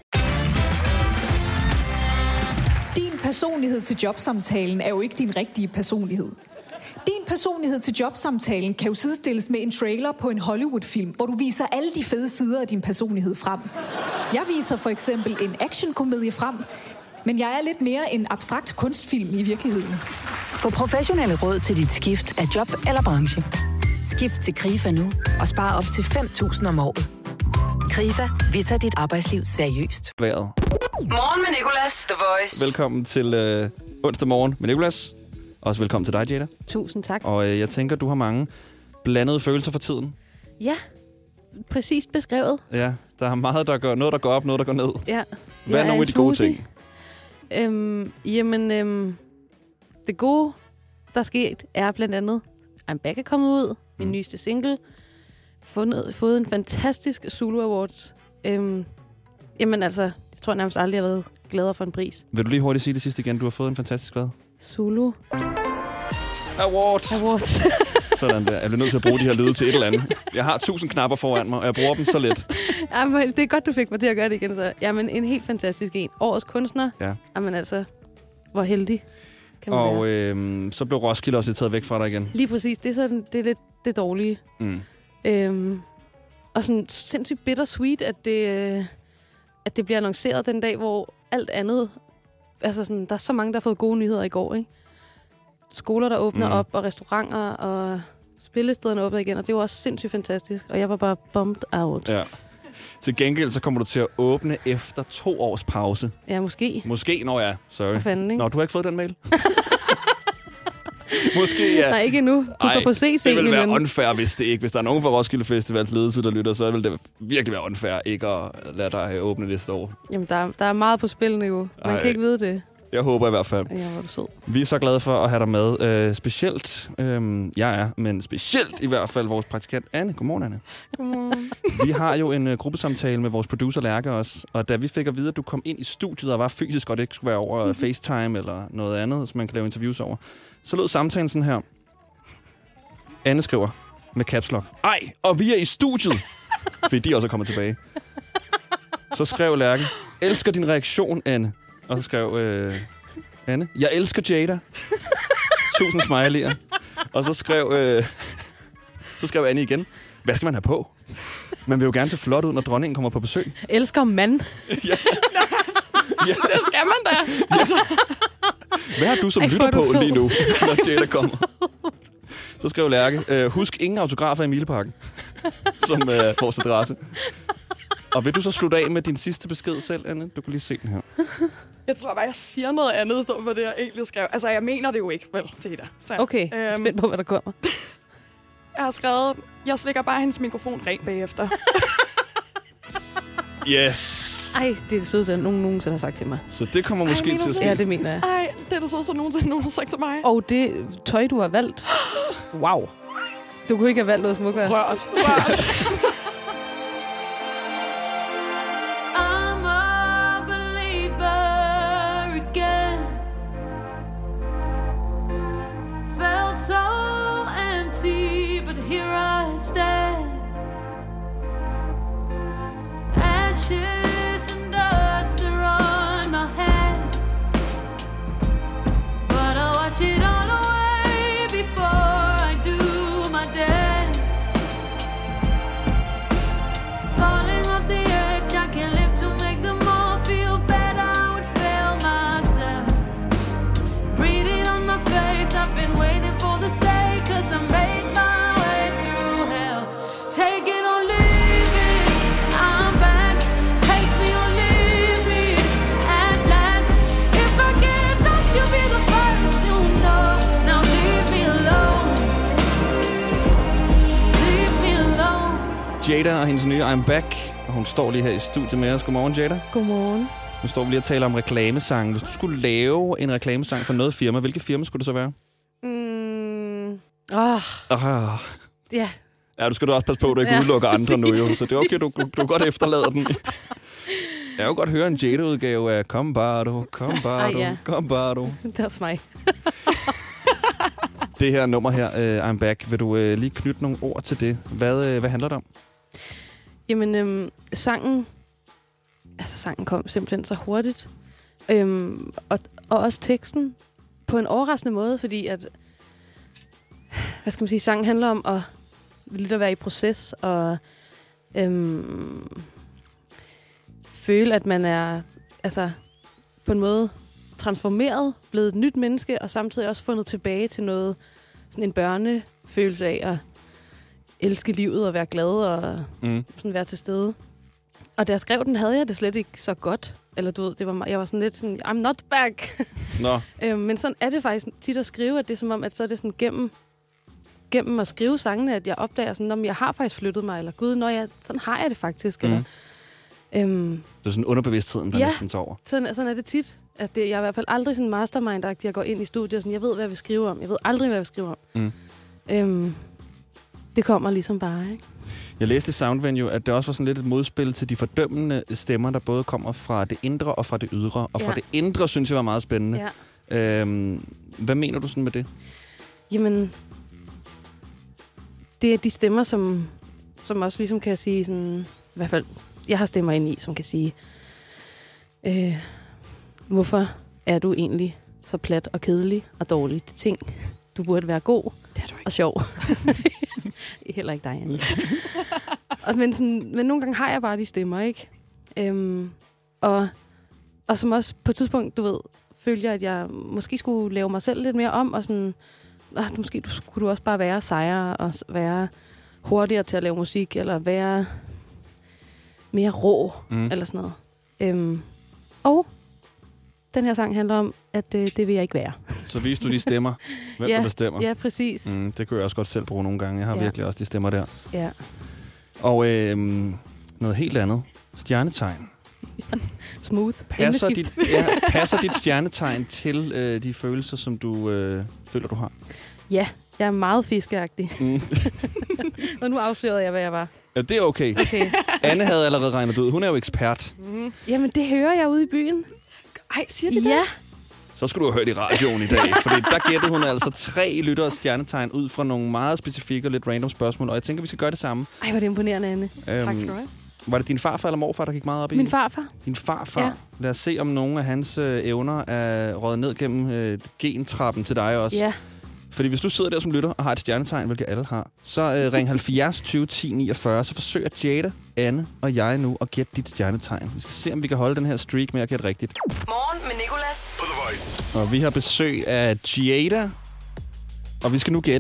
Din personlighed til jobsamtalen er jo ikke din rigtige personlighed. Din personlighed til jobsamtalen kan jo sidestilles med en trailer på en Hollywood-film, hvor du viser alle de fede sider af din personlighed frem. Jeg viser for eksempel en actionkomedie frem, men jeg er lidt mere en abstrakt kunstfilm i virkeligheden. Få professionelle råd til dit skift af job eller branche. Skift til Krifa nu og spare op til fem tusind om året. Krifa, vi tager dit arbejdsliv seriøst. Vejret. Morgen med Nicolas, The Voice. Velkommen til øh, onsdag morgen med Nicolas. Også velkommen til dig, Jada. Tusind tak. Og øh, jeg tænker, du har mange blandede følelser for tiden. Ja, præcist beskrevet. Ja, der er meget, der går, noget, der går op, noget, der går ned. Ja. Hvad er nogle af de gode ting? Øhm, jamen, øhm, det gode, der er sket, er blandt andet, I'm Back er kommet ud, min mm. nyeste single, fundet, fået en fantastisk Zulu Awards. Øhm, jamen altså, jeg tror nærmest aldrig, jeg har været gladere for en pris. Vil du lige hurtigt sige det sidste igen? Du har fået en fantastisk hvad? Zulu Awards. Awards. Sådan der. Jeg bliver nødt til at bruge de her lyde til et eller andet. Jeg har tusind knapper foran mig, og jeg bruger dem så lidt. Jamen, det er godt, du fik mig til at gøre det igen. Så. Jamen, en helt fantastisk en. Årets kunstner. Ja. Jamen altså, hvor heldig kan man og være. øhm, så blev Roskilde også taget væk fra dig igen. Lige præcis. Det er, sådan, det, er lidt det dårlige. Mm. Øhm, og sådan sindssygt bittersweet, at det, øh, at det bliver annonceret den dag, hvor alt andet... Altså sådan, der er så mange, der har fået gode nyheder i går, ikke? Skoler, der åbner mm. op, og restauranter, og spillestederne åbner igen, og det var også sindssygt fantastisk. Og jeg var bare bummed out. Ja. Til gengæld, så kommer du til at åbne efter to års pause. Ja, måske. Måske, når jeg... Sorry. For fanden, ikke? Nå, du har ikke fået den mail? Måske, ja. Nej, ikke endnu. Du Ej, går på C C. Det vil være unfair, hvis det ikke. Hvis der er nogen fra Roskilde Festivals ledelse, der lytter, så vil det virkelig være unfair ikke at lade dig åbne næste år. Jamen, der, der er meget på spil nu. Man Ej. kan ikke vide det. Jeg håber i hvert fald. Ja, hvor er du sød. Vi er så glade for at have dig med. Uh, specielt, um, jeg er, men specielt i hvert fald vores praktikant Anne. Godmorgen, Anne. Godmorgen. Vi har jo en uh, gruppesamtale med vores producer Lærke også. Og da vi fik at vide, at du kom ind i studiet og var fysisk, og det ikke skulle være over mm-hmm. FaceTime eller noget andet, som man kan lave interviews over, så lød samtalen sådan her. Anne skriver med caps lock. Ej, og vi er i studiet. Fordi de også er kommet tilbage. Så skrev Lærke, elsker din reaktion, Anne. Og så skrev øh, Anne, jeg elsker Jada. Tusind smiley'er. Og så skrev, øh, så skrev Anne igen, hvad skal man have på? Man vil jo gerne se flot ud, når dronningen kommer på besøg. Elsker mand. Ja. Ja, det skal man da. Ja. Hvad har du som Ej, lytter på lige nu, når Jada kommer? Så skrev Lærke, øh, husk ingen autografer i Mileparken, som øh, vores adresse. Og vil du så slutte af med din sidste besked selv, Anne? Du kan lige se den her. Jeg tror bare, jeg siger noget andet, stå for det, jeg egentlig skrev. Altså, jeg mener det jo ikke, vel, Jada. Så, Okay, jeg er spændt på, hvad der kommer. Jeg har skrevet, jeg slikker bare hendes mikrofon rent bagefter. Yes! Ej, det er det sødeste, nogen nogensinde har sagt til mig. Så det kommer måske Ej, til at ske. Ja, det mener jeg. Ej, det er det sødeste, nogensinde nogen har sagt til mig. Og det tøj, du har valgt. Wow. Du kunne ikke have valgt noget smukkere. Rørt. Rørt. I'm a believer again. Felt so empty, but here I stand. Ashes and dust are on my hands, but I'll wash it all away before I do my dance. Falling off the edge, I can't live to make them all feel bad. I would fail myself. Read it on my face, I've been waiting for this day, 'cause I made my way through hell. Take it or leave it, I'm back. Take me or leave me at last. If I get lost, you'll be the first to know. Now leave me alone. Leave me alone. Jada og hendes nye I'm Back. Og hun står lige her i studiet med os. Godmorgen, Jada. Godmorgen. Nu står vi lige og taler om reklamesang. Hvis du skulle lave en reklamesang for noget firma, hvilket firma skulle det så være? Mm. Oh, Ah. ja. Ja, du skal du også passe på, at du ikke Ja. udelukker andre nu, jo. Så det er okay, du, du kan godt efterlade den. Jeg kan jo godt høre en Jada-udgave af Kom bare du, kom bare Ej, du, ja. kom bare du. Det er også mig. Det her nummer her, uh, I'm Back, vil du uh, lige knytte nogle ord til det? Hvad, uh, hvad handler det om? Jamen, øhm, sangen... Altså, sangen kom simpelthen så hurtigt. Øhm, og, og også teksten på en overraskende måde, fordi at... Hvad skal man sige? Sangen handler om at lidt at være i proces og øhm, føle, at man er altså på en måde transformeret, blevet et nyt menneske, og samtidig også fundet tilbage til noget, sådan en børnefølelse af at elske livet og være glad og Mm. sådan være til stede. Og da jeg skrev den, havde jeg det slet ikke så godt. Eller du ved, det var, jeg var sådan lidt sådan, I'm not back. Nå. øhm, men sådan er det faktisk tit at skrive, at det er som om, at så er det sådan gennem, gennem at skrive sangene, at jeg opdager sådan, om jeg har faktisk flyttet mig, eller gud, når jeg, sådan har jeg det faktisk. Mm. Eller, øhm, Det er sådan underbevidstheden, der Ja. næsten tager over. sådan, sådan er det tit. Altså, det, jeg er i hvert fald aldrig sådan mastermind-agtig, jeg går ind i studiet og sådan, jeg ved, hvad jeg vil skrive om. Jeg ved aldrig, hvad jeg vil skrive om. Mm. Øhm, det kommer ligesom bare, ikke? Jeg læste i Soundvenue, at det også var sådan lidt et modspil til de fordømmende stemmer, der både kommer fra det indre og fra det ydre. Og fra Ja. det indre synes jeg var meget spændende. Ja. Øhm, hvad mener du sådan med det? Jamen, det er de stemmer, som, som også ligesom kan sige sådan, i hvert fald, jeg har stemmer ind i, som kan sige, øh, hvorfor er du egentlig så plat og kedelig og dårlig til ting? Du burde være god og sjov. Heller ikke dig, Anne. og, men, sådan, men nogle gange har jeg bare de stemmer, ikke? Øhm, og, og som også på et tidspunkt, du ved, følte jeg, at jeg måske skulle lave mig selv lidt mere om, og sådan, ah, måske du, skulle du også bare være sejere, og s- være hurtigere til at lave musik, eller være mere rå, Mm. mm. eller sådan noget. Øhm, og den her sang handler om, at øh, det vil jeg ikke være. Så viser du de stemmer, hvem ja, der bestemmer. Ja, præcis. Mm, det kunne jeg også godt selv bruge nogle gange. Jeg har Ja. virkelig også de stemmer der. Ja. Og øhm, noget helt andet. Stjernetegn. Smooth. Passer Emneskift. dit, ja, passer dit stjernetegn til øh, de følelser, som du øh, føler, du har? Ja, jeg er meget fiskeagtig. Mm. Og nu afslørede jeg, hvad jeg var. Ja, det er okay. Okay. Anne havde allerede regnet ud. Hun er jo ekspert. Mm. Jamen, det hører jeg ude i byen. Ej, siger de Ja. det? Så skulle du have hørt i radioen i dag. Fordi der gættede hun altså tre lytteres stjernetegn ud fra nogle meget specifikke og lidt random spørgsmål. Og jeg tænker, vi skal gøre det samme. Ej, hvor er det imponerende, Anne. Øhm, Tak skal du have. Var det din farfar eller morfar, der gik meget op i? Min farfar. Din farfar? Ja. Lad os se, om nogle af hans øh, evner er røget ned gennem øh, gentrappen til dig også. Ja. Fordi hvis du sidder der som lytter og har et stjernetegn, hvilket alle har, så øh, ring halvfjerds tyve ti niogfyrre, så forsøger Jada, Anne og jeg nu at gætte dit stjernetegn. Vi skal se, om vi kan holde den her streak med at gætte rigtigt. Morgen med Nicolas. Og vi har besøg af Jada, og vi skal nu gætte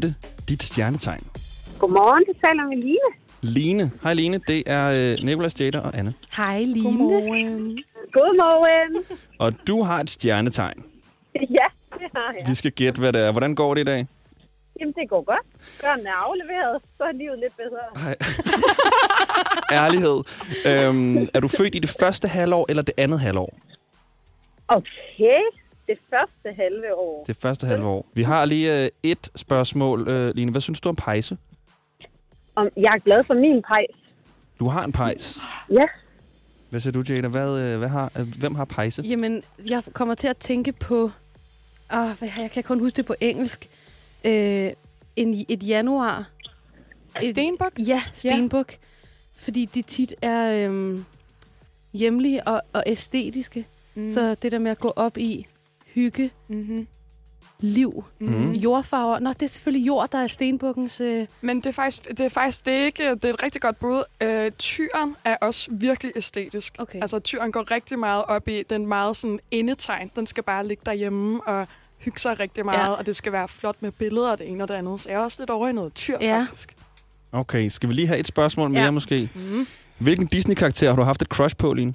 dit stjernetegn? Godmorgen, det taler med Line. Line. Hej Line, det er øh, Nicolas, Jada og Anne. Hej Line. Godmorgen. Godmorgen. Og du har et stjernetegn. Ja, det har jeg. Vi skal gætte, hvad det er. Hvordan går det i dag? Jamen, det går godt. Børnene er afleveret, så er livet lidt bedre. Hej. Ærlighed. Øhm, er du født i det første halvår eller det andet halvår? Okay, det første halve år. Det første halve år. Vi har lige øh, et spørgsmål, øh, Line. Hvad synes du om pejse? Om, jeg er glad for min pejs. Du har en pejs. Ja. Hvad siger du, Jada? Hvad, øh, hvad har, øh, hvem har pejse? Jamen, jeg kommer til at tænke på... Åh, hvad, jeg kan kun huske det på engelsk. Øh, en, et januar. Stenbuk? Ja, stenbuk. Ja. Fordi de tit er øhm, hjemlige og, og æstetiske. Mm. Så det der med at gå op i hygge, mm-hmm. liv, Mm. jordfarver. Nå, det er selvfølgelig jord, der er stenbukkens... Øh... Men det er faktisk, det er faktisk det er ikke, det er et rigtig godt bud. Øh, tyren er også virkelig æstetisk. Okay. Altså, tyren går rigtig meget op i den meget sådan indetegn. Den skal bare ligge derhjemme og hygge sig rigtig meget, ja. Og det skal være flot med billeder og det ene og det andet. Så jeg er også lidt over i noget tyr, ja. faktisk. Okay, skal vi lige have et spørgsmål mere ja. måske? Mm. Hvilken Disney-karakter har du haft et crush på, Line?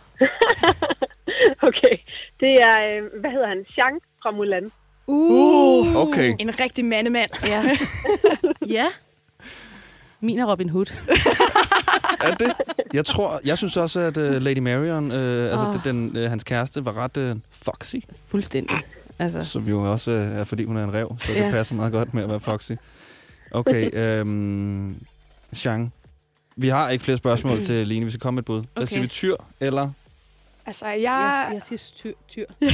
Okay, det er, øh, hvad hedder han? Shang fra Mulan. Uh, okay. En rigtig mandemand. Ja. Ja. Min er Robin Hood. Er det? Jeg tror, jeg synes også, at uh, Lady Marion, uh, oh. altså den, uh, hans kæreste, var ret uh, foxy. Fuldstændig. Altså. Som jo også uh, er, fordi hun er en ræv, så ja. det passer meget godt med at være foxy. Okay, um, Jean. Vi har ikke flere spørgsmål til Line. Vi skal komme med et bud. Hvad Okay. siger vi, tyr eller... Altså, jeg... Jeg, jeg siger tyr. tyr. jeg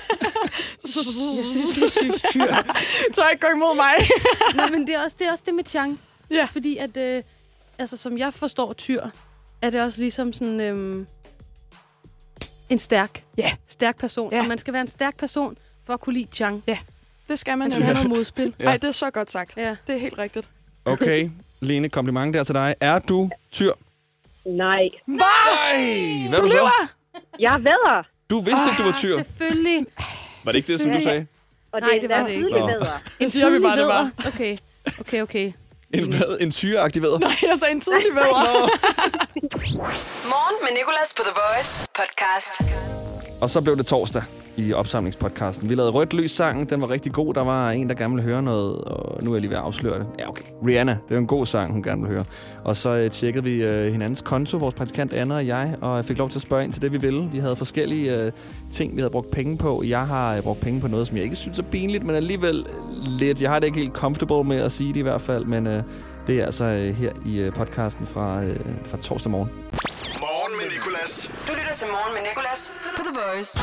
synes, tyr. Så ikke gå imod mig. Nej, men det er også det, er også det med Chang. Ja. Fordi at, øh, altså, som jeg forstår tyr, er det også ligesom sådan øh, en stærk, ja. stærk person. Ja. Og man skal være en stærk person for at kunne lide Chang. Ja, det skal man. Man skal have noget modspil. Nej, ja. det er så godt sagt. Ja. Det er helt rigtigt. Okay, Lene, kompliment der til dig. Er du tyr? Nej. Hvad? Nej! Hvad du du så? lever? Jeg er vædder. Du vidste ikke, du var tyr. Selvfølgelig. Var det ikke det, som du sagde? Og Nej, det var det ikke. Nå. En siger vi bare, det var. Okay, okay, okay. En hvad? En syreaktiveret? Nej, jeg sagde en tidlig vædder. Morgen med Nicolas på The Voice podcast. Og så blev det torsdag i opsamlingspodcasten. Vi lavede Rødt Lys-sangen. Den var rigtig god. Der var en, der gerne ville høre noget, og nu er jeg lige ved at afsløre det. Ja, okay. Rihanna. Det er en god sang, hun gerne vil høre. Og så øh, tjekkede vi øh, hinandens konto, vores praktikant Anna og jeg, og jeg fik lov til at spørge ind til det, vi ville. Vi havde forskellige øh, ting, vi havde brugt penge på. Jeg har øh, brugt penge på noget, som jeg ikke synes er pinligt, men alligevel lidt. Jeg har det ikke helt comfortable med at sige det i hvert fald, men øh, det er altså øh, her i øh, podcasten fra, øh, fra torsdag morgen. Morgen med Nicolas. Du lytter til Morgen med Nicolas på The Voice.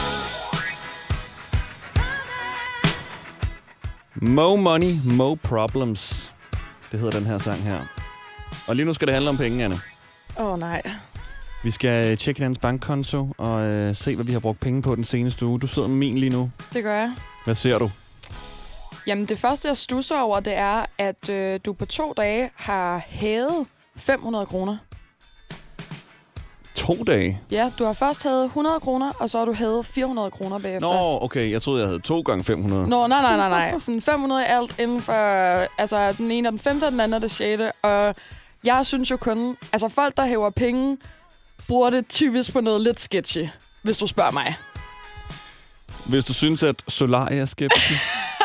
Mo money, mo problems. Det hedder den her sang her. Og lige nu skal det handle om penge, Anne. Åh, oh, nej. Vi skal tjekke hinandens bankkonto og øh, se, hvad vi har brugt penge på den seneste uge. Du sidder med min lige nu. Det gør jeg. Hvad ser du? Jamen, det første, jeg stusser over, det er, at øh, du på to dage har hævet fem hundrede kroner. To dage? Ja, du har først hævet hundrede kroner, og så har du hævet fire hundrede kroner bagefter. Nå, okay. Jeg troede, jeg havde to gange fem hundrede. Nå, nej, nej, nej, nej. Sådan fem hundrede i alt inden for... Altså, den ene er den femte, og den anden er det sjette. Og jeg synes jo kun... Altså, folk, der hæver penge, bruger det typisk på noget lidt sketchy, hvis du spørger mig. Hvis du synes, at Solaria er skeptisk,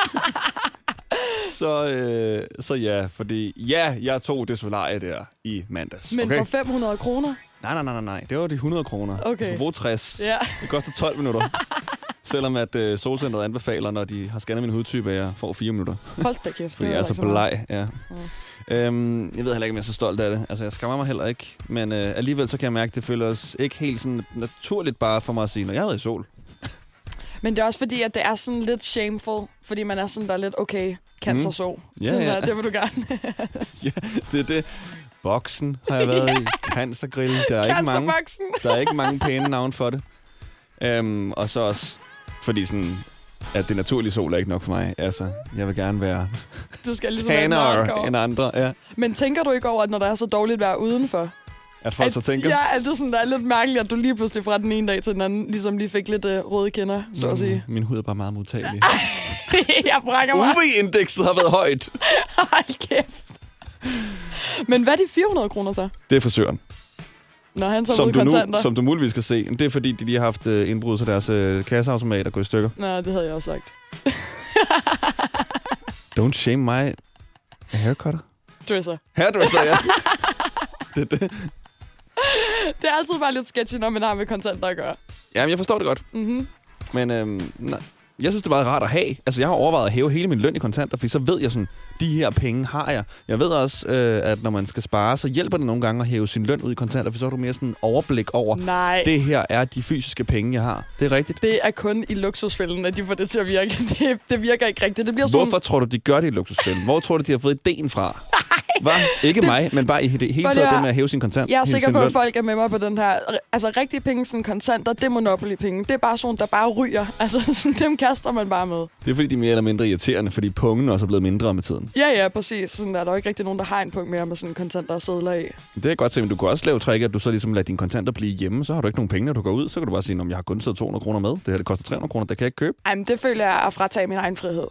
så, øh, så ja. Fordi ja, jeg tog det Solaria der i mandags. Men okay? for fem hundrede kroner? Nej, nej, nej, nej. Det var de hundrede kroner. Okay. Du skal bruge tres. Ja. Det koster tolv minutter. Selvom at øh, Solcenteret anbefaler, når de har scannet min hudtype, at jeg får fire minutter. Hold da kæft. Fordi det jeg er så så bleg, ja. Mm. Øhm, jeg ved heller ikke, om jeg er så stolt af det. Altså, jeg skammer mig heller ikke. Men øh, alligevel så kan jeg mærke, at det føles ikke helt sådan naturligt bare for mig at sige, når jeg har været i sol. Men det er også fordi, at det er sådan lidt shameful, fordi man er sådan der lidt, okay, cancer Mm. så. Ja, sådan ja. Der, det vil du gerne. Ja, det er det. Boksen har jeg været i. Cancergrill. Der er ikke mange, der er ikke mange pæne navn for det. Øhm, og så også, fordi sådan, at det naturlige sol er ikke nok for mig. Altså, jeg vil gerne være Du skal ligesom være tanere end andre. Ja. Men tænker du ikke over, at når der er så dårligt vejr udenfor? At folk at, så tænker? Ja, altid sådan, der er lidt mærkeligt, at du lige pludselig fra den ene dag til den anden, ligesom lige fik lidt uh, røde kinder, så at sige. Min hud er bare meget modtagelig. Jeg brækker mig. U V-indekset har været højt. Hold kæft. Men hvad er de fire hundrede kroner så? Det er frisøren. Når han så som ud du nu, kontanter. Som du muligvis skal se. Det er fordi, de lige har haft uh, indbrud, så deres uh, kasseautomat er gået i stykker. Nå, det havde jeg også sagt. Don't shame my haircutter. Dresser. Hairdresser, ja. det, det. Det er altid bare lidt sketchy, når man har med kontanter at gøre. Jamen, jeg forstår det godt. Mm-hmm. Men øhm, nej, jeg synes, det er meget rart at have. Altså, jeg har overvejet at hæve hele min løn i kontanter, fordi så ved jeg sådan, de her penge har jeg. Jeg ved også, øh, at når man skal spare, så hjælper det nogle gange at hæve sin løn ud i kontanter, for så har du mere sådan overblik over, Nej. Det her er de fysiske penge, jeg har. Det er rigtigt. Det er kun i luksusfælden, at de får det til at virke. Det, det virker ikke rigtigt. Det bliver sådan... Hvorfor tror du, de gør det i luksusfælden? Hvor tror du, de har fået ideen fra? Hvad? Ikke det, mig, men bare i det hele taget det med at hæve sin kontant. Jeg er sikker på, løn. at folk er med mig på den her. Altså, rigtige penge, sådan kontanter, det er Monopoly-penge. Det er bare sådan, der bare ryger. Altså, sådan, dem kaster man bare med. Det er fordi, de er mere eller mindre irriterende, fordi pungen også er blevet mindre med tiden. Ja, ja, præcis. Sådan, der er der jo ikke rigtig nogen, der har en punkt mere med sådan kontanter og sedler i. Det er godt se, men du kan også lave trick, at du så ligesom lader dine kontanter blive hjemme. Så har du ikke nogen penge, når du går ud. Så kan du bare sige, om jeg har kun taget to hundrede kroner med. Det her, det koster tre hundrede kroner, det kan jeg ikke købe. Ej, men det føler jeg at fratage min egen frihed.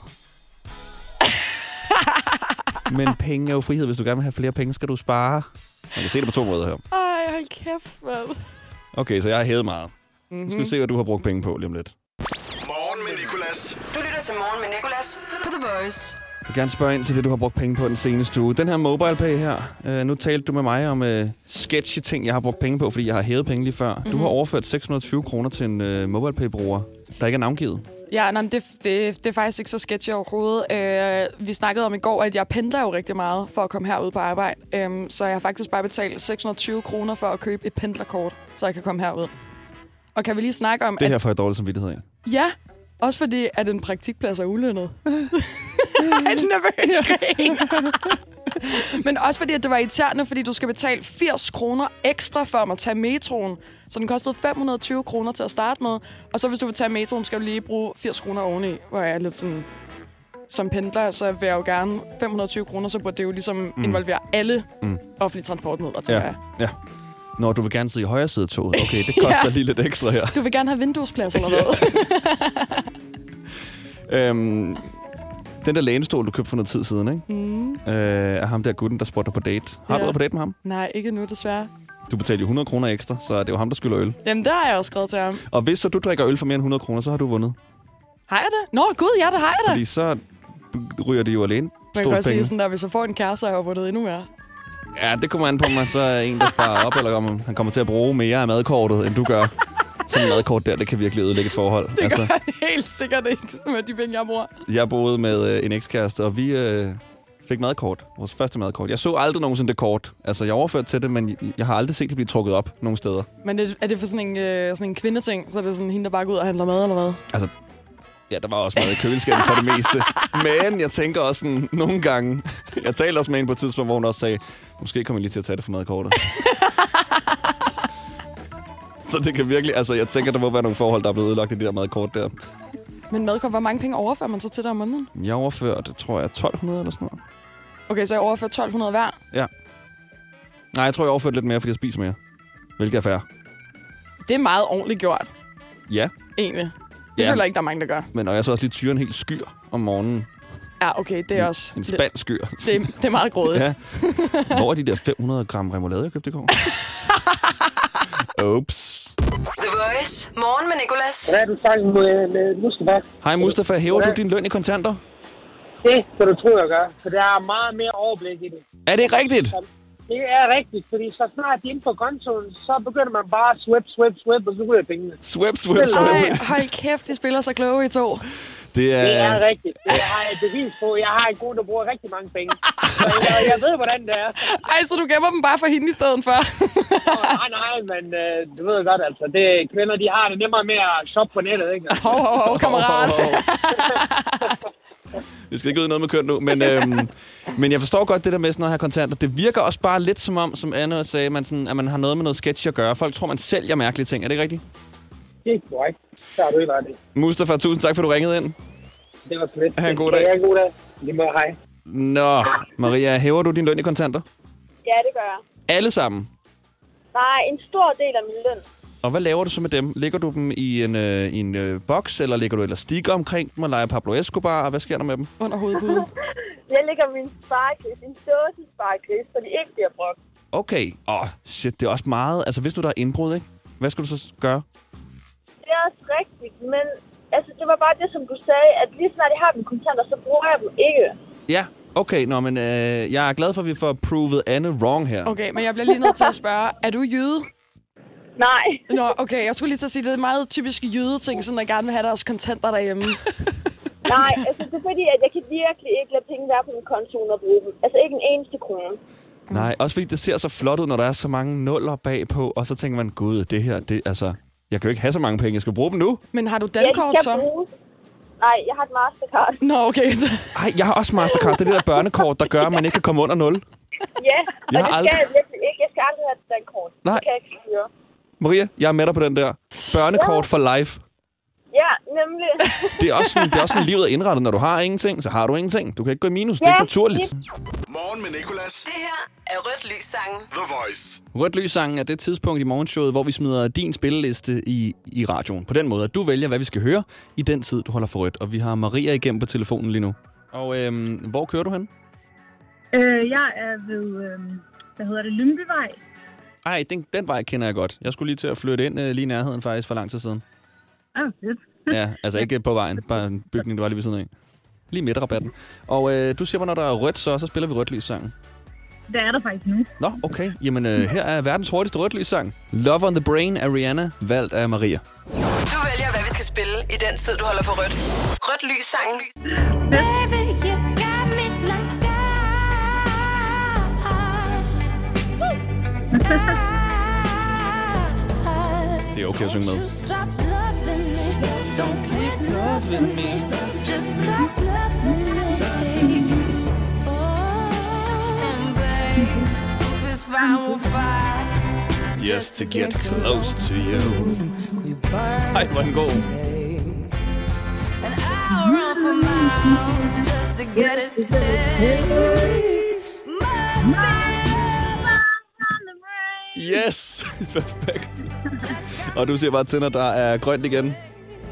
Men penge er jo frihed. Hvis du gerne vil have flere penge, skal du spare. Man kan se det på to måder her. Ej, hold kæft, mand. Okay, så jeg har hævet meget. Mm-hmm. Nu skal vi se, hvad du har brugt penge på lige om lidt. Morgen med Nicolas. Du lytter til Morgen med Nicolas på The Voice. Jeg vil gerne spørge ind til det, du har brugt penge på den seneste uge. Den her MobilePay her. Øh, nu talte du med mig om øh, sketchy ting, jeg har brugt penge på, fordi jeg har hævet penge lige før. Mm-hmm. Du har overført seks hundrede og tyve kroner til en øh, MobilePay-bruger, der ikke er navngivet. Ja, nej, det, det, det er faktisk ikke så sketchy overhovedet. Øh, vi snakkede om i går, at jeg pendler jo rigtig meget for at komme herud på arbejde. Øh, så jeg har faktisk bare betalt seks hundrede og tyve kroner for at købe et pendlerkort, så jeg kan komme herud. Og kan vi lige snakke om... Det her at... får jeg dårlig samvittighed af. Ja, også fordi, at en praktikplads er ulønnet. En nervøs grin. Men også fordi, at det var irriterende, fordi du skal betale firs kroner ekstra for at tage metroen. Så den kostede fem hundrede og tyve kroner til at starte med. Og så hvis du vil tage metroen, skal du lige bruge firs kroner oveni. Hvor jeg er lidt sådan... Som pendler, så vil jeg jo gerne fem hundrede og tyve kroner, så burde det jo ligesom mm. involvere alle mm. offentlige transportmidler, tænker ja. jeg. Ja. Nå, du vil gerne sidde i højre side af toget. Okay, det koster ja. lige lidt ekstra her. Du vil gerne have vinduesplads eller noget. øhm, den der lænestol, du købte for noget tid siden, ikke? Mm. Øh, er ham der gutten, der spotter på date. Har ja. du været på date med ham? Nej, ikke nu desværre. Du betalte jo hundrede kroner ekstra, så det er jo ham, der skylder øl. Jamen, det har jeg også skrevet til ham. Og hvis så du drikker øl for mere end hundrede kroner, så har du vundet. Har jeg det? Nå, gud, ja, det har jeg da. Fordi så ryger det jo alene. Man kan også sige sådan der, hvis jeg får en kæreste, så har jeg vundet endnu mere. Ja, det kommer an på mig. Så er en, der sparer op, eller om han kommer til at bruge mere af madkortet, end du gør. Sådan en madkort der, det kan virkelig ødelægge et forhold. Det altså, gør han helt sikkert ikke med de penge, jeg bruger. Jeg boede med øh, en ekskæreste, og vi øh, fik madkort. Vores første madkort. Jeg så aldrig nogensinde det kort. Altså, jeg overførte til det, men jeg har aldrig set det blive trukket op nogen steder. Men det, er det for sådan en, øh, sådan en kvindeting? Så er det sådan hende, der bare går ud og handler mad, eller hvad? Altså, ja, der var også mad i køleskabet for det meste. Men jeg tænker også sådan, nogle gange... Jeg talte også med en på et tidspunkt, hvor hun også sagde, måske kommer jeg lige til at tage det for madkortet. Så det kan virkelig... Altså, jeg tænker, der må være nogle forhold, der er blevet ødelagt i de der madkort der. Men madkort, hvor mange penge overfører man så til dig om måneden? Jeg overførte, tror jeg, tolv hundrede eller sådan noget. Okay, så jeg overfører tolv hundrede hver? Ja. Nej, jeg tror, jeg overførte lidt mere, fordi jeg spiser mere. Hvilket er fair. Det er meget ordentligt gjort. Ja. Egentlig. Det ja. føler jeg ikke, der er mange, der gør. Men når jeg så også lige tyrer en helt skyr om morgenen. Ja, okay, det er også... En spand skyr. Det, det er meget grådigt. Ja. Hvor er de der fem hundrede gram remoulade, jeg købte i går? Ups. The Voice. Morgen med Nicolas. Hvad er du sagt med, med Mustafa? Hej Mustafa, hæver du din løn i kontanter? Det skal du tro, jeg gør. For der er meget mere overblik i det. Er det rigtigt? Det er rigtigt, fordi så snart de er inde på kontoen, så begynder man bare at swip, swip, swip, og så ryger pengene. Swip, swip, swip. Ej, hold kæft, de spiller så kloge i to. Det er... det er rigtigt. Det har jeg bevis på. Jeg har en kone, der bruger rigtig mange penge. Og jeg ved, hvordan det er. Ej, så du gemmer dem bare for hende i stedet for? oh, nej, nej, men øh, du ved godt, altså. Det, kvinder, de har det nemmere med at shoppe på nettet, ikke? Hov, hov, hov, kammerat. Vi skal ikke ud i noget med køn nu, men, øhm, men jeg forstår godt det der med sådan at have kontanter. Det virker også bare lidt som om, som Anne sagde, man sådan, at man har noget med noget sketch at gøre. Folk tror, man sælger mærkelige ting. Er det ikke rigtigt? Det er korrekt. Så har du ikke ret i. Mustafa, tusind tak, for du ringede ind. Det var så lidt. Ha' en god dag. Ha' en god dag. Lige måde, hej. Nå, Maria, hæver du din løn i kontanter? Ja, det gør jeg. Alle sammen? Nej, en stor del af min løn. Og hvad laver du så med dem? Lægger du dem i en, øh, i en øh, boks, eller lægger du elastikker omkring dem og leger Pablo Escobar? Og hvad sker der med dem? Under hovedpuden. Jeg lægger min sparegris, en dåse sparegris, så de ikke bliver brugt. Okay. Åh, oh, shit, det er også meget. Altså, hvis du der er indbrud, ikke? Hvad skal du så gøre? Det er også rigtigt, men altså, det var bare det, som du sagde, at lige snart jeg har dem kontanter, så bruger jeg dem ikke. Ja, okay. Nå, men øh, jeg er glad for, at vi får provet Anne wrong her. Okay, men jeg bliver lige nødt til at spørge, er du jøde? Nej. Nå, okay, jeg skulle lige til at sige, det er meget typisk jøde-ting, sådan at gerne vil have deres kontanter derhjemme. Nej, altså det er fordi, at jeg kan virkelig ikke lade penge være på min konto uden at bruge dem. Altså ikke en eneste krone. Nej, også fordi det ser så flot ud, når der er så mange nuller bagpå, og så tænker man, gud, det her, det altså... Jeg kan jo ikke have så mange penge, jeg skal bruge dem nu. Men har du dankort så? Bruge. Nej, jeg har et Mastercard. Nå, okay. Ej, jeg har også Mastercard. Det er det der børnekort, der gør, at man ikke kan komme under nul. Ja, jeg og det aldrig... skal jeg virkelig ikke. Jeg skal aldrig have et dankort. Nej. Det kan jeg ikke styre. Maria, jeg er med dig på den der. Børnekort for life. Ja, nemlig. Det er også sådan, det er også sådan livet er indrettet. Når du har ingenting, så har du ingenting. Du kan ikke gå i minus. Ja, det er ikke naturligt. Morgen med Nicolas. Det her er Rødt Lys-sangen. The Voice. Rødt Lys-sangen er det tidspunkt i morgenshowet, hvor vi smider din spilleliste i, i radioen. På den måde, at du vælger, hvad vi skal høre i den tid, du holder for rødt. Og vi har Maria igennem på telefonen lige nu. Og øhm, hvor kører du hen? Øh, jeg er ved, øh, hvad hedder det, Lyngbyvej. Ej, den, den vej kender jeg godt. Jeg skulle lige til at flytte ind øh, lige i nærheden faktisk for lang tid siden. Ah, fedt. Ja, altså ikke på vejen, bare en bygning, der var lige ved siden af. Lige midt i rabatten. Og øh, du siger mig, når der er rødt, så, så spiller vi Rødt Lys-sangen. Det er der faktisk nu. Nå, okay. Jamen, øh, her er verdens hurtigste Rødt Lys-sang. Love on the Brain af Rihanna, valgt af Maria. Du vælger, hvad vi skal spille i den tid, du holder for rødt. Rødt Lys-sangen. Baby, you got me like Det er okay at synge med. Stop loving me. Don't keep loving me. Just stop loving me. Oh, babe, if it's fine, we'll fight. Just to get close to you. Ej, hvor er den god. And I'll run for miles just to get it taste. Yes! Perfekt. Og du siger bare til, når der er grønt igen. Det,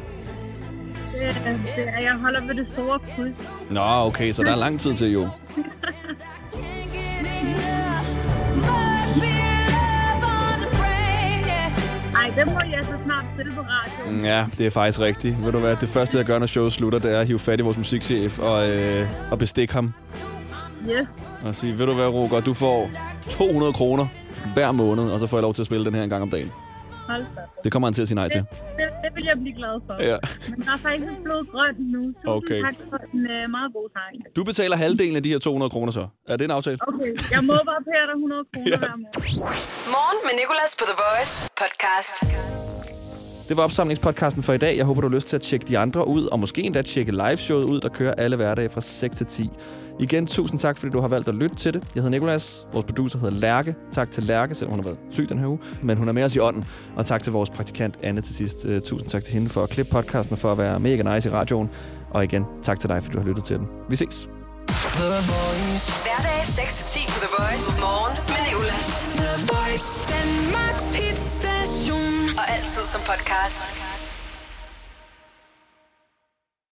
det er, jeg holder ved det store kryds. Nå, okay, så der er lang tid til jo. Ej, det må jeg så snart spille på radioen. Ja, det er faktisk rigtigt. Ved du hvad, det første jeg gør, når showet slutter, det er at hive fat i vores musikchef og, øh, og bestikke ham. Yes. Og sige, ved du hvad, Roger, du får to hundrede kroner hver måned, og så får jeg lov til at spille den her en gang om dagen. Hold da. Det kommer han til at sige nej til. Det, det, det vil jeg blive glad for. Ja. Men der er faktisk blevet grønt nu. Tusind Okay. tak for en uh, meget god sang. Du betaler halvdelen af de her to hundrede kroner så. Er det en aftale? Okay, jeg må bare pære dig hundrede kroner Ja. hver morgen. Morgen med Nicolas på The Voice podcast. Det var opsamlingspodcasten for i dag. Jeg håber, du har lyst til at tjekke de andre ud, og måske endda tjekke liveshowet ud, der kører alle hverdage fra seks til ti. Igen, tusind tak, fordi du har valgt at lytte til det. Jeg hedder Nicolas. Vores producer hedder Lærke. Tak til Lærke, selvom hun har været syg den her uge. Men hun er med os i ånden. Og tak til vores praktikant Anne til sidst. Uh, tusind tak til hende for at klippe podcasten og for at være mega nice i radioen. Og igen, tak til dig, fordi du har lyttet til den. Vi ses. Hverdag seks til ti på The Voice. Morgen med Nicolas. The Voice, Danmarks hitstation. Og altid som podcast.